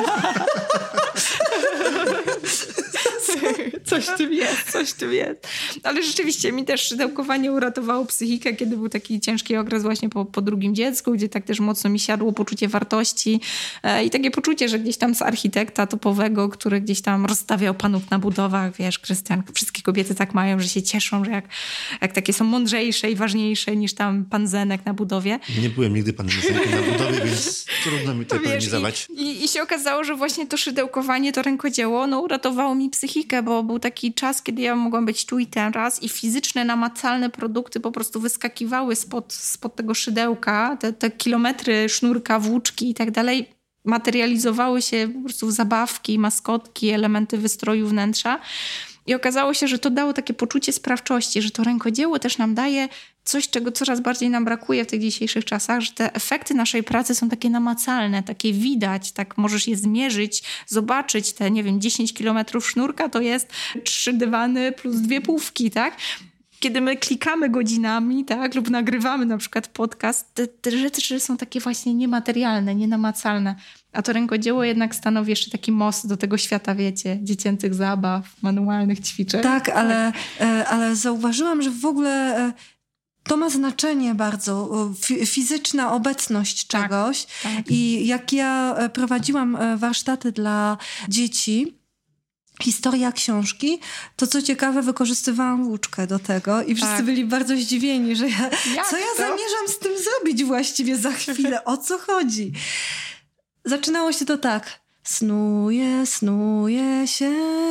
Coś w tym jest, coś w tym jest. Ale rzeczywiście mi też szydełkowanie uratowało psychikę, kiedy był taki ciężki okres właśnie po, po drugim dziecku, gdzie tak też mocno mi siadło poczucie wartości e, i takie poczucie, że gdzieś tam z architekta topowego, który gdzieś tam rozstawiał panów na budowach, wiesz, Krystian, wszystkie kobiety tak mają, że się cieszą, że jak, jak takie są mądrzejsze i ważniejsze niż tam pan Zenek na budowie. Nie byłem nigdy panem Zenkiem na budowie, więc trudno mi to polemizować. I, i, I się okazało, że właśnie to szydełkowanie, to rękodzieło, no uratowało mi psychikę, bo był taki czas, kiedy ja mogłam być tu i teraz i fizyczne, namacalne produkty po prostu wyskakiwały spod, spod tego szydełka, te, te kilometry sznurka, włóczki i tak dalej, materializowały się po prostu w zabawki, maskotki, elementy wystroju wnętrza. I okazało się, że to dało takie poczucie sprawczości, że to rękodzieło też nam daje coś, czego coraz bardziej nam brakuje w tych dzisiejszych czasach, że te efekty naszej pracy są takie namacalne, takie widać, tak możesz je zmierzyć, zobaczyć te, nie wiem, dziesięć kilometrów sznurka to jest trzy dywany plus dwie półki, tak? Kiedy my klikamy godzinami, tak, lub nagrywamy na przykład podcast, te, te rzeczy są takie właśnie niematerialne, nienamacalne. A to rękodzieło jednak stanowi jeszcze taki most do tego świata, wiecie, dziecięcych zabaw, manualnych ćwiczeń. Tak, ale, ale zauważyłam, że w ogóle to ma znaczenie bardzo, fizyczna obecność czegoś. Tak, tak. I jak ja prowadziłam warsztaty dla dzieci, historia książki, to co ciekawe wykorzystywałam włóczkę do tego i wszyscy tak. byli bardzo zdziwieni, że ja, co ja to? zamierzam z tym zrobić właściwie za chwilę, o co chodzi? Zaczynało się to tak. Snuje, snuje się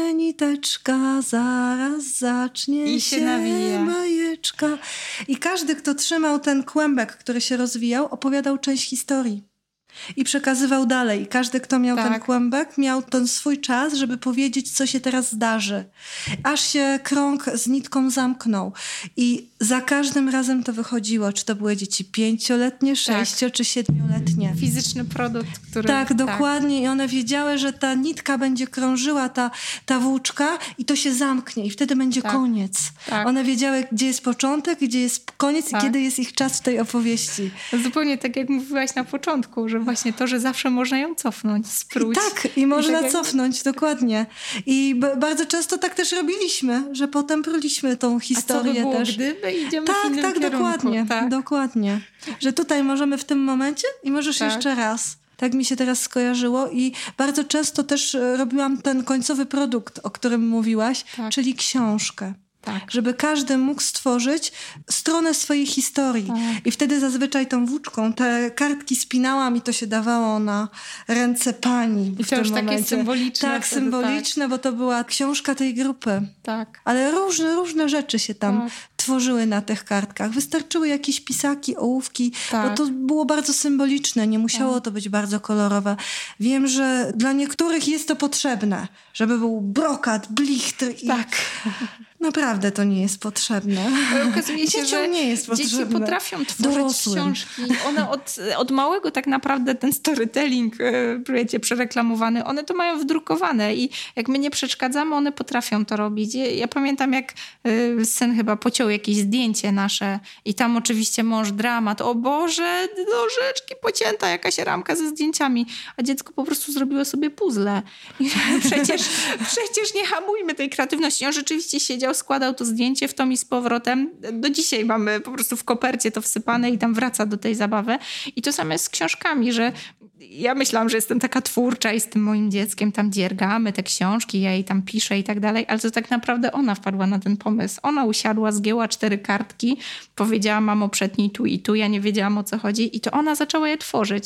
niteczka, zaraz zacznie I się się nawija. bajeczka. I każdy, kto trzymał ten kłębek, który się rozwijał, opowiadał część historii. I przekazywał dalej. I każdy, kto miał Tak. ten kłębek, miał ten swój czas, żeby powiedzieć, co się teraz zdarzy. Aż się krąg z nitką zamknął. I za każdym razem to wychodziło. Czy to były dzieci pięcioletnie, sześcio czy siedmioletnie. Fizyczny produkt, który... Tak, dokładnie. I one wiedziały, że ta nitka będzie krążyła, ta, ta włóczka i to się zamknie. I wtedy będzie Tak. koniec. Tak. One wiedziały, gdzie jest początek, gdzie jest koniec Tak. i kiedy jest ich czas w tej opowieści. Zupełnie tak, jak mówiłaś na początku, że właśnie to, że zawsze można ją cofnąć, spróć. I tak, i można tak jak- cofnąć, dokładnie. I b- bardzo często tak też robiliśmy, że potem pruliśmy tą A co historię by było, też. gdyby idziemy w Tak, innym tak, kierunku. dokładnie, Tak. dokładnie. Że tutaj możemy w tym momencie i możesz Tak. jeszcze raz. Tak mi się teraz skojarzyło i bardzo często też e, robiłam ten końcowy produkt, o którym mówiłaś, Tak. czyli książkę. Tak. Żeby każdy mógł stworzyć stronę swojej historii. Tak. I wtedy zazwyczaj tą włóczką te kartki spinałam i to się dawało na ręce pani. I w to już tym takie momencie. symboliczne Tak, wtedy, symboliczne, bo to była książka tej grupy. Tak. Ale różne, różne rzeczy się tam Tak. tworzyły na tych kartkach. Wystarczyły jakieś pisaki, ołówki, Tak. bo to było bardzo symboliczne. Nie musiało to być bardzo kolorowe. Wiem, że dla niektórych jest to potrzebne, żeby był brokat, blichtr i... Tak. Naprawdę to nie jest potrzebne. Ale okazuje się, Dzieciom że nie jest dzieci potrzebne. potrafią tworzyć Dorosłym. książki. One od, od małego tak naprawdę ten storytelling, e, wiecie, przereklamowany, one to mają wdrukowane i jak my nie przeszkadzamy, one potrafią to robić. Ja, ja pamiętam, jak e, syn chyba pociął jakieś zdjęcie nasze i tam oczywiście mąż dramat. O Boże, nożyczki pocięta, jakaś ramka ze zdjęciami. A dziecko po prostu zrobiło sobie puzzle. I przecież, przecież nie hamujmy tej kreatywności. On rzeczywiście siedział, składał to zdjęcie w tom i z powrotem. Do dzisiaj mamy po prostu w kopercie to wsypane i tam wraca do tej zabawy. I to samo jest z książkami, że ja myślałam, że jestem taka twórcza i z tym moim dzieckiem tam dziergamy te książki, ja jej tam piszę i tak dalej, ale to tak naprawdę ona wpadła na ten pomysł. Ona usiadła, zgięła cztery kartki, powiedziała mamo przetnij tu i tu, ja nie wiedziałam o co chodzi i to ona zaczęła je tworzyć.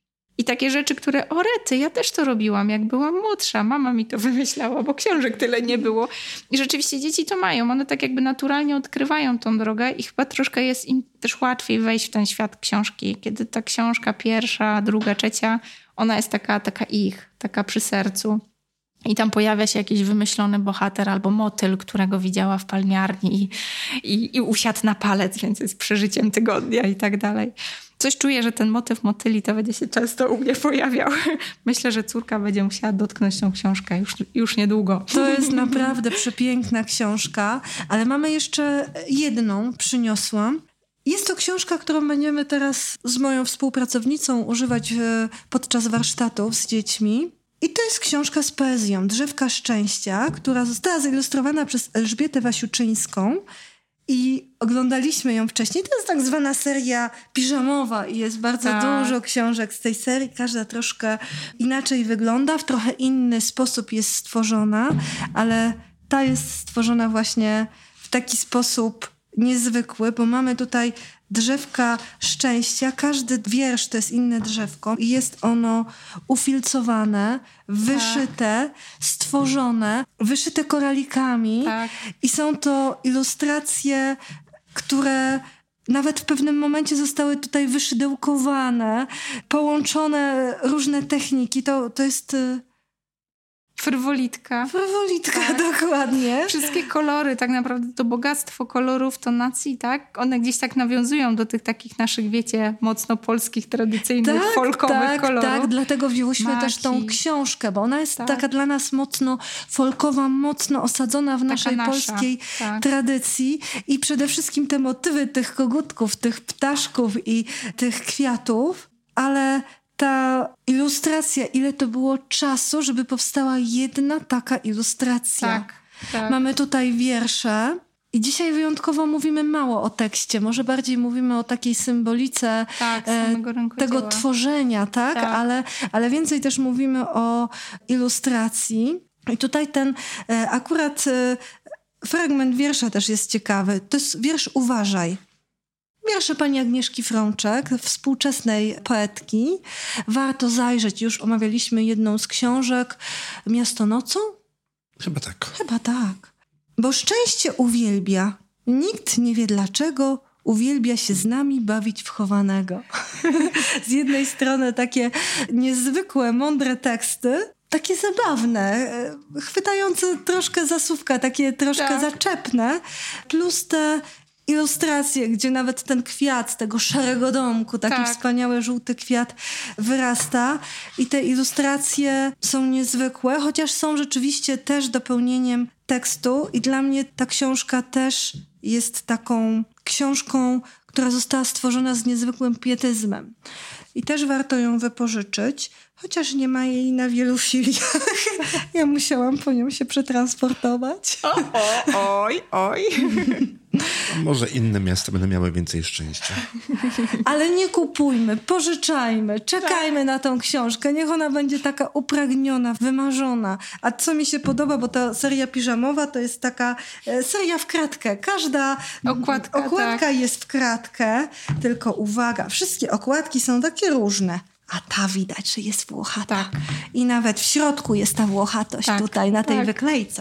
I takie rzeczy, które, o rety, ja też to robiłam, jak byłam młodsza. Mama mi to wymyślała, bo książek tyle nie było. I rzeczywiście dzieci to mają. One tak jakby naturalnie odkrywają tą drogę i chyba troszkę jest im też łatwiej wejść w ten świat książki. Kiedy ta książka pierwsza, druga, trzecia, ona jest taka, taka ich, taka przy sercu. I tam pojawia się jakiś wymyślony bohater albo motyl, którego widziała w palmiarni i, i, i usiadł na palec, więc jest przeżyciem tygodnia i tak dalej. Coś czuję, że ten motyw motyli to będzie się często u mnie pojawiał. Myślę, że córka będzie musiała dotknąć tą książkę już, już niedługo. To jest naprawdę przepiękna książka, ale mamy jeszcze jedną, przyniosłam. Jest to książka, którą będziemy teraz z moją współpracownicą używać podczas warsztatów z dziećmi. I to jest książka z poezją Drzewka Szczęścia, która została zilustrowana przez Elżbietę Wasiuczyńską. I oglądaliśmy ją wcześniej. To jest tak zwana seria piżamowa i jest bardzo Tak. dużo książek z tej serii. Każda troszkę inaczej wygląda, w trochę inny sposób jest stworzona, ale ta jest stworzona właśnie w taki sposób niezwykły, bo mamy tutaj drzewka szczęścia. Każdy wiersz to jest inne drzewko i jest ono ufilcowane, wyszyte, stworzone, wyszyte koralikami. Tak. I są to ilustracje, które nawet w pewnym momencie zostały tutaj wyszydełkowane, połączone różne techniki. To, to jest y, Frywolitka. frywolitka, Tak. dokładnie. Wszystkie kolory, tak naprawdę to bogactwo kolorów, tonacji, tak? One gdzieś tak nawiązują do tych takich naszych, wiecie, mocno polskich, tradycyjnych, Tak, folkowych tak, kolorów. tak, dlatego wzięłyśmy Maki. też tą książkę, bo ona jest Tak. taka dla nas mocno folkowa, mocno osadzona w naszej nasza, polskiej tak. tradycji i przede wszystkim te motywy tych kogutków, tych ptaszków i tych kwiatów, ale ta ilustracja, ile to było czasu, żeby powstała jedna taka ilustracja. Tak, tak. Mamy tutaj wiersze. I dzisiaj wyjątkowo mówimy mało o tekście, może bardziej mówimy o takiej symbolice Tak, e, samego rękodzieła. tego tworzenia, tak? Tak. Ale, ale więcej też mówimy o ilustracji. I tutaj ten e, akurat e, fragment wiersza też jest ciekawy. To jest wiersz Uważaj. Wiersze pani Agnieszki Frączek, współczesnej poetki. Warto zajrzeć. Już omawialiśmy jedną z książek. Miasto nocą? Chyba tak. Chyba tak. Bo szczęście uwielbia. Nikt nie wie dlaczego. Uwielbia się z nami bawić w chowanego. Z jednej strony takie niezwykłe, mądre teksty, takie zabawne, chwytające troszkę za słówka, takie troszkę tak. zaczepne, plus te ilustracje, gdzie nawet ten kwiat z tego szarego domku, taki tak. wspaniały żółty kwiat wyrasta i te ilustracje są niezwykłe, chociaż są rzeczywiście też dopełnieniem tekstu i dla mnie ta książka też jest taką książką, która została stworzona z niezwykłym pietyzmem. I też warto ją wypożyczyć, chociaż nie ma jej na wielu filiach. Ja musiałam po nią się przetransportować. O, o, oj, oj. Może inne miasta będą miały więcej szczęścia. Ale nie kupujmy, pożyczajmy, czekajmy tak. na tą książkę. Niech ona będzie taka upragniona, wymarzona. A co mi się podoba, bo ta seria piżamowa to jest taka e, seria w kratkę. Każda okładka, okładka tak. jest w kratkę. Tylko uwaga, wszystkie okładki są takie różne. A ta widać, że jest włochata. Tak. I nawet w środku jest ta włochatość tak, tutaj, na tej tak. wyklejce.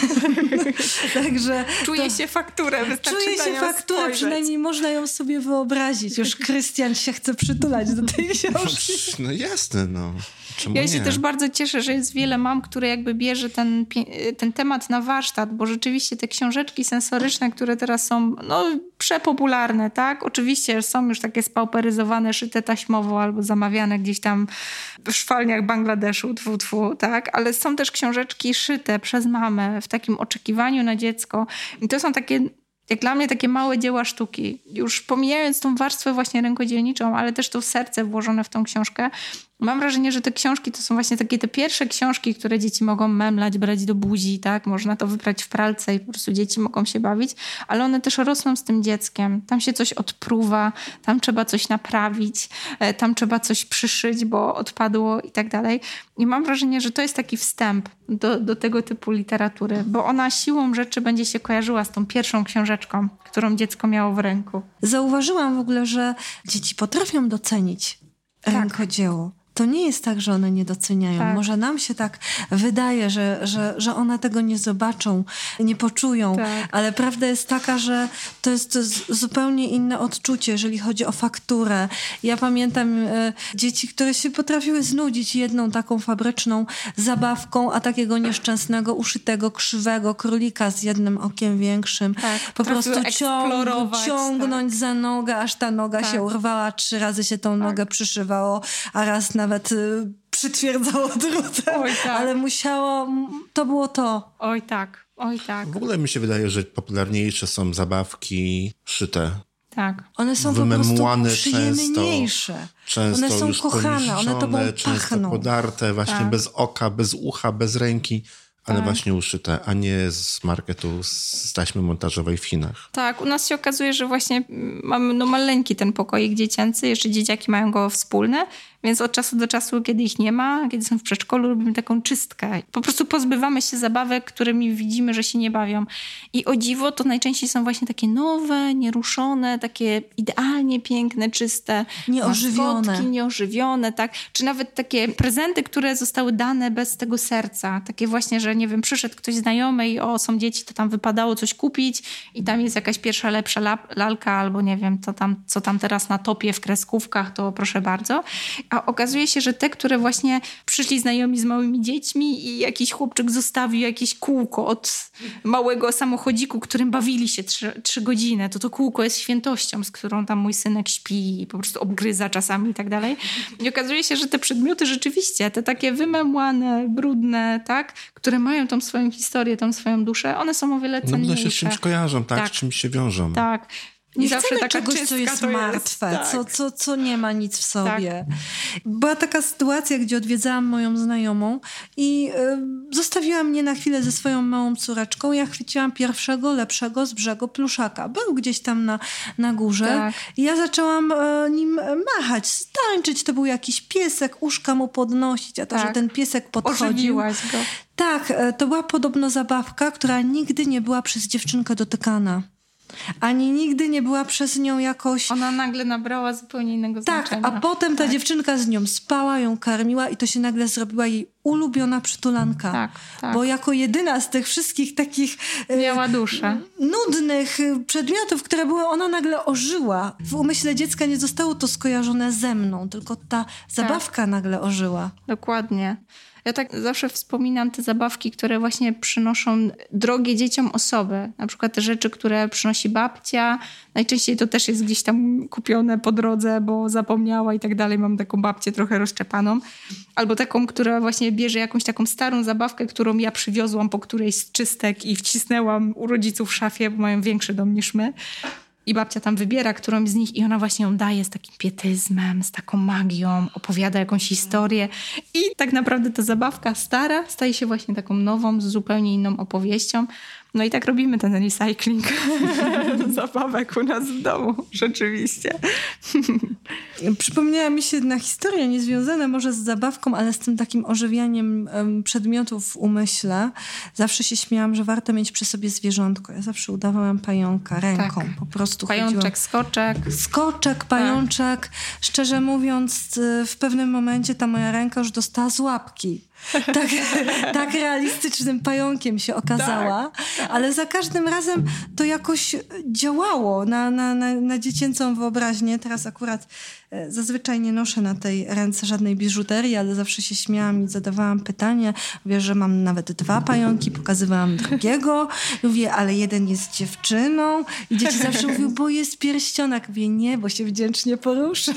Także Czuje się fakturę, wystarczy Czuje się fakturę, spojrzeć. Przynajmniej można ją sobie wyobrazić. Już Krystian się chce przytulać do tej książki. No jasne, no. Czemu ja nie? się też bardzo cieszę, że jest wiele mam, które jakby bierze ten, ten temat na warsztat, bo rzeczywiście te książeczki sensoryczne, które teraz są no, przepopularne, tak? Oczywiście są już takie spauperyzowane, szyte taśmowo albo zamawiane gdzieś tam w szwalniach Bangladeszu, tfu, tfu, tak? Ale są też książeczki szyte przez mamę w takim oczekiwaniu na dziecko. I to są takie, jak dla mnie, takie małe dzieła sztuki. Już pomijając tą warstwę właśnie rękodzielniczą, ale też to serce włożone w tą książkę. Mam wrażenie, że te książki to są właśnie takie te pierwsze książki, które dzieci mogą memlać, brać do buzi, tak? Można to wybrać w pralce i po prostu dzieci mogą się bawić, ale one też rosną z tym dzieckiem. Tam się coś odpruwa, tam trzeba coś naprawić, tam trzeba coś przyszyć, bo odpadło i tak dalej. I mam wrażenie, że to jest taki wstęp do, do tego typu literatury, bo ona siłą rzeczy będzie się kojarzyła z tą pierwszą książeczką, którą dziecko miało w ręku. Zauważyłam w ogóle, że dzieci potrafią docenić tak. rękodzieło. To nie jest tak, że one nie doceniają. Tak. Może nam się tak wydaje, że, że, że one tego nie zobaczą, nie poczują, tak. ale prawda jest taka, że to jest zupełnie inne odczucie, jeżeli chodzi o fakturę. Ja pamiętam e, dzieci, które się potrafiły znudzić jedną taką fabryczną zabawką, a takiego nieszczęsnego, uszytego, krzywego królika z jednym okiem większym. Tak. Po prostu ciąg, ciągnąć tak. za nogę, aż ta noga tak. się urwała, trzy razy się tą nogę tak. przyszywało, a raz nawet y, przytwierdzało drutem, Oj, tak. ale musiało, to było to. Oj tak, oj tak. W ogóle mi się wydaje, że popularniejsze są zabawki szyte. Tak. One są po prostu przyjemniejsze. Często, one są już kochane, one tobą często pachną. podarte, właśnie tak. bez oka, bez ucha, bez ręki. Ale tak. właśnie uszyte, a nie z marketu, z taśmy montażowej w Chinach. Tak, u nas się okazuje, że właśnie mamy no maleńki ten pokoik dziecięcy, jeszcze dzieciaki mają go wspólne, więc od czasu do czasu, kiedy ich nie ma, kiedy są w przedszkolu, robimy taką czystkę. Po prostu pozbywamy się zabawek, którymi widzimy, że się nie bawią. I o dziwo to najczęściej są właśnie takie nowe, nieruszone, takie idealnie piękne, czyste. Nieożywione. Maskotki, nieożywione, tak. Czy nawet takie prezenty, które zostały dane bez tego serca. Takie właśnie, że nie wiem, przyszedł ktoś znajomy i o, są dzieci, to tam wypadało coś kupić i tam jest jakaś pierwsza lepsza lap, lalka albo nie wiem, co tam, co tam teraz na topie w kreskówkach, to proszę bardzo. A okazuje się, że te, które właśnie przyszli znajomi z małymi dziećmi i jakiś chłopczyk zostawił jakieś kółko od małego samochodziku, którym bawili się trzy, trzy godziny, to to kółko jest świętością, z którą tam mój synek śpi i po prostu obgryza czasami i tak dalej. I okazuje się, że te przedmioty rzeczywiście, te takie wymemłane, brudne, tak, które mają tą swoją historię, tą swoją duszę, one są o wiele cenniejsze. No bo się z czymś kojarzą, tak? tak. Z czymś się wiążą. Tak. Nie I zawsze chcemy taka czegoś, co jest martwe, jest, tak. co, co, co nie ma nic w sobie. Tak. Była taka sytuacja, gdzie odwiedzałam moją znajomą i y, zostawiła mnie na chwilę ze swoją małą córeczką. Ja chwyciłam pierwszego, lepszego z brzegu pluszaka. Był gdzieś tam na, na górze. Tak. I ja zaczęłam y, nim machać, tańczyć. To był jakiś piesek, uszka mu podnosić, a to, tak. że ten piesek podchodził. Ożywiłaś go. Tak, to była podobno zabawka, która nigdy nie była przez dziewczynkę dotykana. Ani nigdy nie była przez nią jakoś... Ona nagle nabrała zupełnie innego tak, znaczenia. a potem ta tak. dziewczynka z nią spała, ją karmiła i to się nagle zrobiła jej ulubiona przytulanka. Tak, tak. Bo jako jedyna z tych wszystkich takich... Miała duszę. Nudnych przedmiotów, które były, ona nagle ożyła. W umyśle dziecka nie zostało to skojarzone ze mną, tylko ta zabawka tak. nagle ożyła. Dokładnie. Ja tak zawsze wspominam te zabawki, które właśnie przynoszą drogie dzieciom osoby. Na przykład te rzeczy, które przynosi babcia. Najczęściej to też jest gdzieś tam kupione po drodze, bo zapomniała i tak dalej. Mam taką babcię trochę rozczepaną. Albo taką, która właśnie bierze jakąś taką starą zabawkę, którą ja przywiozłam po którejś z czystek i wcisnęłam u rodziców w szafie, bo mają większy dom niż my. I babcia tam wybiera którąś z nich i ona właśnie ją daje z takim pietyzmem, z taką magią, opowiada jakąś historię. I tak naprawdę ta zabawka stara staje się właśnie taką nową, z zupełnie inną opowieścią. No i tak robimy ten recycling zabawek u nas w domu, rzeczywiście. Przypomniała mi się jedna historia, niezwiązana może z zabawką, ale z tym takim ożywianiem um, przedmiotów w umyśle. Zawsze się śmiałam, że warto mieć przy sobie zwierzątko. Ja zawsze udawałam pająka ręką. Tak. Po prostu Pajączek, chodziłam. skoczek. Skoczek, pajączek. Tak. Szczerze mówiąc, w pewnym momencie ta moja ręka już dostała z łapki. Tak, tak realistycznym pająkiem się okazała, tak, tak. Ale za każdym razem to jakoś działało na, na, na, na dziecięcą wyobraźnię. Teraz akurat zazwyczaj nie noszę na tej ręce żadnej biżuterii, ale zawsze się śmiałam i zadawałam pytanie. Mówię, że mam nawet dwa pająki, pokazywałam drugiego. Mówię, ale jeden jest dziewczyną. I dzieci zawsze mówią, bo jest pierścionek. Mówię, nie, bo się wdzięcznie porusza.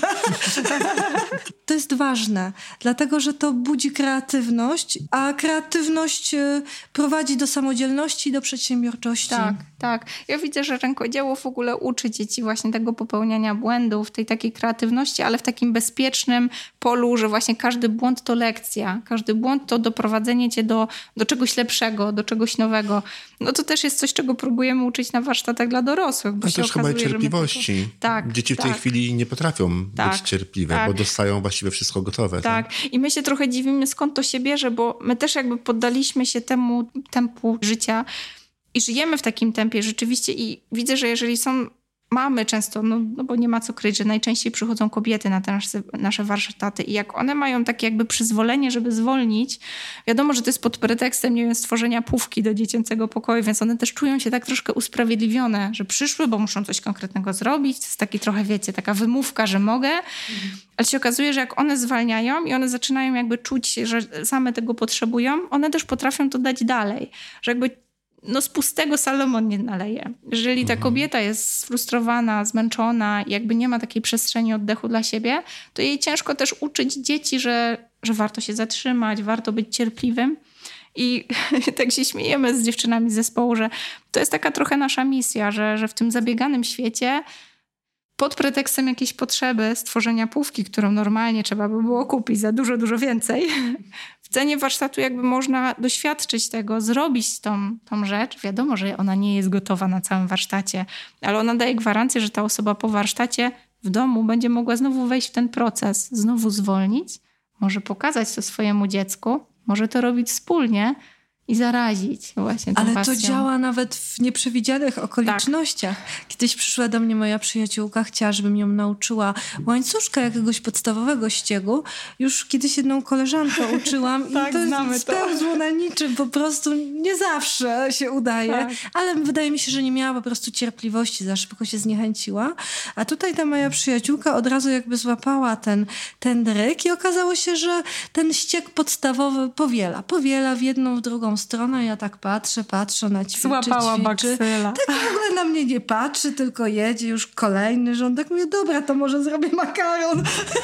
To jest ważne, dlatego że to budzi kreatywność, a kreatywność prowadzi do samodzielności i do przedsiębiorczości. Tak, tak. Ja widzę, że rękodzieło w ogóle uczy dzieci właśnie tego popełniania błędów, tej takiej kreatywności, ale w takim bezpiecznym polu, że właśnie każdy błąd to lekcja. Każdy błąd to doprowadzenie cię do, do czegoś lepszego, do czegoś nowego. No to też jest coś, czego próbujemy uczyć na warsztatach dla dorosłych. Bo A się też chyba okazuje, cierpliwości. Tylko... Tak, Dzieci w tak. tej chwili nie potrafią tak, być cierpliwe, tak. bo dostają właściwie wszystko gotowe. Tak. tak, i my się trochę dziwimy, skąd to się bierze, bo my też jakby poddaliśmy się temu tempu życia i żyjemy w takim tempie rzeczywiście i widzę, że jeżeli są mamy często, no, no bo nie ma co kryć, że najczęściej przychodzą kobiety na te nasze, nasze warsztaty i jak one mają takie jakby przyzwolenie, żeby zwolnić, wiadomo, że to jest pod pretekstem, nie wiem, stworzenia pufki do dziecięcego pokoju, więc one też czują się tak troszkę usprawiedliwione, że przyszły, bo muszą coś konkretnego zrobić. To jest taki trochę, wiecie, taka wymówka, że mogę, mhm. ale się okazuje, że jak one zwalniają i one zaczynają jakby czuć, że same tego potrzebują, one też potrafią to dać dalej, że jakby no z pustego Salomon nie naleje. Jeżeli ta kobieta jest sfrustrowana, zmęczona i jakby nie ma takiej przestrzeni oddechu dla siebie, to jej ciężko też uczyć dzieci, że, że warto się zatrzymać, warto być cierpliwym. I tak się śmiejemy z dziewczynami z zespołu, że to jest taka trochę nasza misja, że, że w tym zabieganym świecie pod pretekstem jakiejś potrzeby stworzenia pufki, którą normalnie trzeba by było kupić za dużo, dużo więcej, w cenie warsztatu jakby można doświadczyć tego, zrobić tą, tą rzecz. Wiadomo, że ona nie jest gotowa na całym warsztacie, ale ona daje gwarancję, że ta osoba po warsztacie w domu będzie mogła znowu wejść w ten proces, znowu zwolnić, może pokazać to swojemu dziecku, może to robić wspólnie i zarazić właśnie tą Ale pasją. to działa nawet w nieprzewidzianych okolicznościach. Tak. Kiedyś przyszła do mnie moja przyjaciółka, chciała, żebym ją nauczyła łańcuszka jakiegoś podstawowego ściegu. Już kiedyś jedną koleżankę uczyłam tak, i to znamy spełzło to. na niczym. Po prostu nie zawsze się udaje. Tak. Ale wydaje mi się, że nie miała po prostu cierpliwości, za szybko się zniechęciła. A tutaj ta moja przyjaciółka od razu jakby złapała ten, ten dryk i okazało się, że ten ścieg podstawowy powiela. Powiela w jedną, w drugą stronę, ja tak patrzę, patrzę, na ćwiczy, Złapała ćwiczy. baksyla. Tak w ogóle na mnie nie patrzy, tylko jedzie już kolejny rządek. Mówię, dobra, to może zrobię makaron.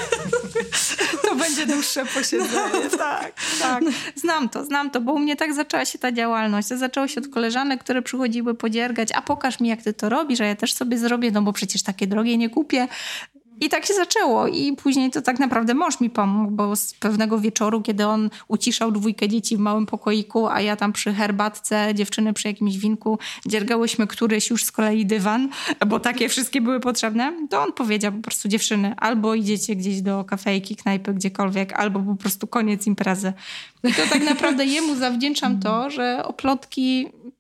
To będzie dłuższe posiedzenie. tak, tak. Znam to, znam to, bo u mnie tak zaczęła się ta działalność. To zaczęło się od koleżanek, które przychodziły podziergać, a pokaż mi, jak ty to robisz, a ja też sobie zrobię, no bo przecież takie drogie nie kupię. I tak się zaczęło i później to tak naprawdę mąż mi pomógł, bo z pewnego wieczoru, kiedy on uciszał dwójkę dzieci w małym pokoiku, a ja tam przy herbatce, dziewczyny przy jakimś winku, dziergałyśmy któryś już z kolei dywan, bo takie wszystkie były potrzebne, to on powiedział po prostu: dziewczyny, albo idziecie gdzieś do kafejki, knajpy, gdziekolwiek, albo po prostu koniec imprezy. I to tak naprawdę jemu zawdzięczam to, że oplotki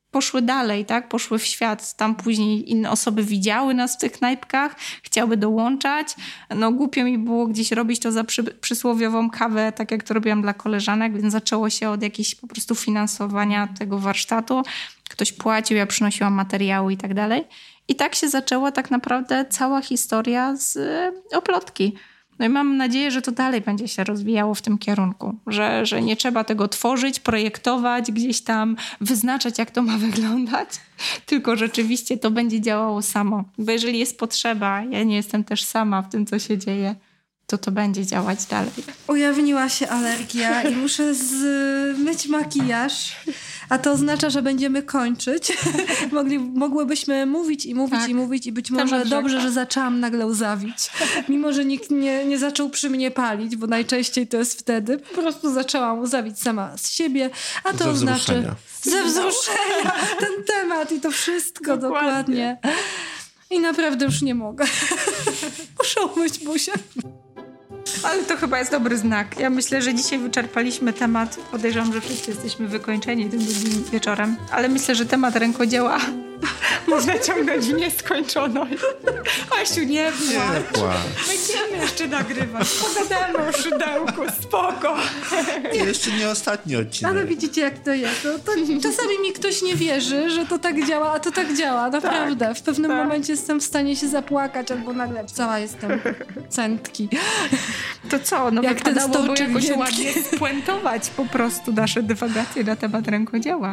poszły dalej, tak? Poszły w świat. Tam później inne osoby widziały nas w tych knajpkach, chciały dołączać. No głupio mi było gdzieś robić to za przy, przysłowiową kawę, tak jak to robiłam dla koleżanek, więc zaczęło się od jakiegoś po prostu finansowania tego warsztatu. Ktoś płacił, ja przynosiłam materiały i tak dalej. I tak się zaczęła tak naprawdę cała historia z Oplotki. No i mam nadzieję, że to dalej będzie się rozwijało w tym kierunku, że, że nie trzeba tego tworzyć, projektować, gdzieś tam wyznaczać, jak to ma wyglądać, tylko rzeczywiście to będzie działało samo. Bo jeżeli jest potrzeba, ja nie jestem też sama w tym, co się dzieje, to to będzie działać dalej. Ujawniła się alergia i muszę zmyć makijaż, a to oznacza, że będziemy kończyć. Mogli, mogłybyśmy mówić i mówić tak. i mówić i być może dobrze, dobrze, że zaczęłam nagle łzawić. Mimo, że nikt nie, nie zaczął przy mnie palić, bo najczęściej to jest wtedy. Po prostu zaczęłam łzawić sama z siebie, a to Ze oznacza... wzruszenia. Ze wzruszenia. Ten temat i to wszystko dokładnie. dokładnie. I naprawdę już nie mogę. Muszę umyć buzię. Ale to chyba jest dobry znak. Ja myślę, że dzisiaj wyczerpaliśmy temat. Podejrzewam, że wszyscy jesteśmy wykończeni tym drugim wieczorem. Ale myślę, że temat rękodzieła można ciągnąć w nieskończoność. Asiu, nie płacz. Będziemy jeszcze nagrywać. Pogadamy o szydełku. Spoko. Nie, jeszcze nie ostatni odcinek. Ale widzicie, jak to jest. To, to czasami mi ktoś nie wierzy, że to tak działa, a to tak działa. Naprawdę. Tak, w pewnym tak. momencie jestem w stanie się zapłakać albo nagle cała jestem centki. To co? No jak wypadałoby jakoś wielki. ładnie spuentować po prostu nasze dywagacje na temat rękodzieła.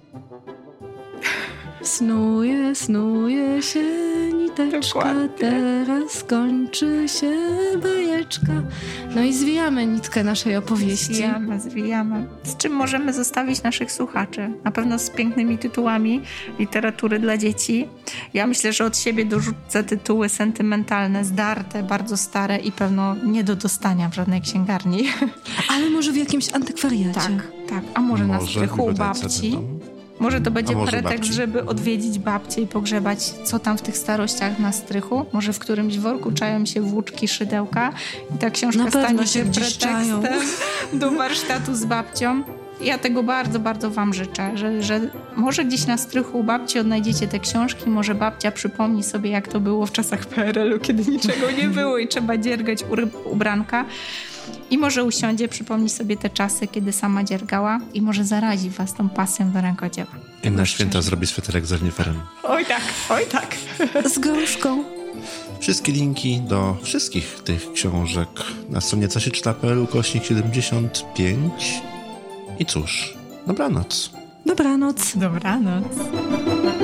Snuje, snuje się niteczka, dokładnie. Teraz kończy się bajeczka. No i zwijamy nitkę naszej opowieści. Zwijamy, zwijamy. Z czym możemy zostawić naszych słuchaczy? Na pewno z pięknymi tytułami literatury dla dzieci. Ja myślę, że od siebie dorzucę tytuły sentymentalne, zdarte, bardzo stare i pewno nie do dostania w żadnej księgarni. Ale może w jakimś antykwariacie. Tak, tak. A może, może na strychu u babci. Może to będzie pretekst, babci. żeby odwiedzić babcię i pogrzebać, co tam w tych starościach na strychu. Może w którymś worku czają się włóczki, szydełka i ta książka stanie się pretekstem do warsztatu z babcią. Ja tego bardzo, bardzo wam życzę, że, że może gdzieś na strychu u babci odnajdziecie te książki, może babcia przypomni sobie, jak to było w czasach P R L u, kiedy niczego nie było i trzeba dziergać ubranka. I może usiądzie, przypomni sobie te czasy, kiedy sama dziergała i może zarazi was tą pasją do rękodzieła. I na święta zrobi sweterek z reniferem. Oj tak, oj tak. Z gorzką. Wszystkie linki do wszystkich tych książek na stronie co się czyta kropka p l ukośnik siedemdziesiąt pięć. I cóż, dobranoc. Dobranoc. Dobranoc.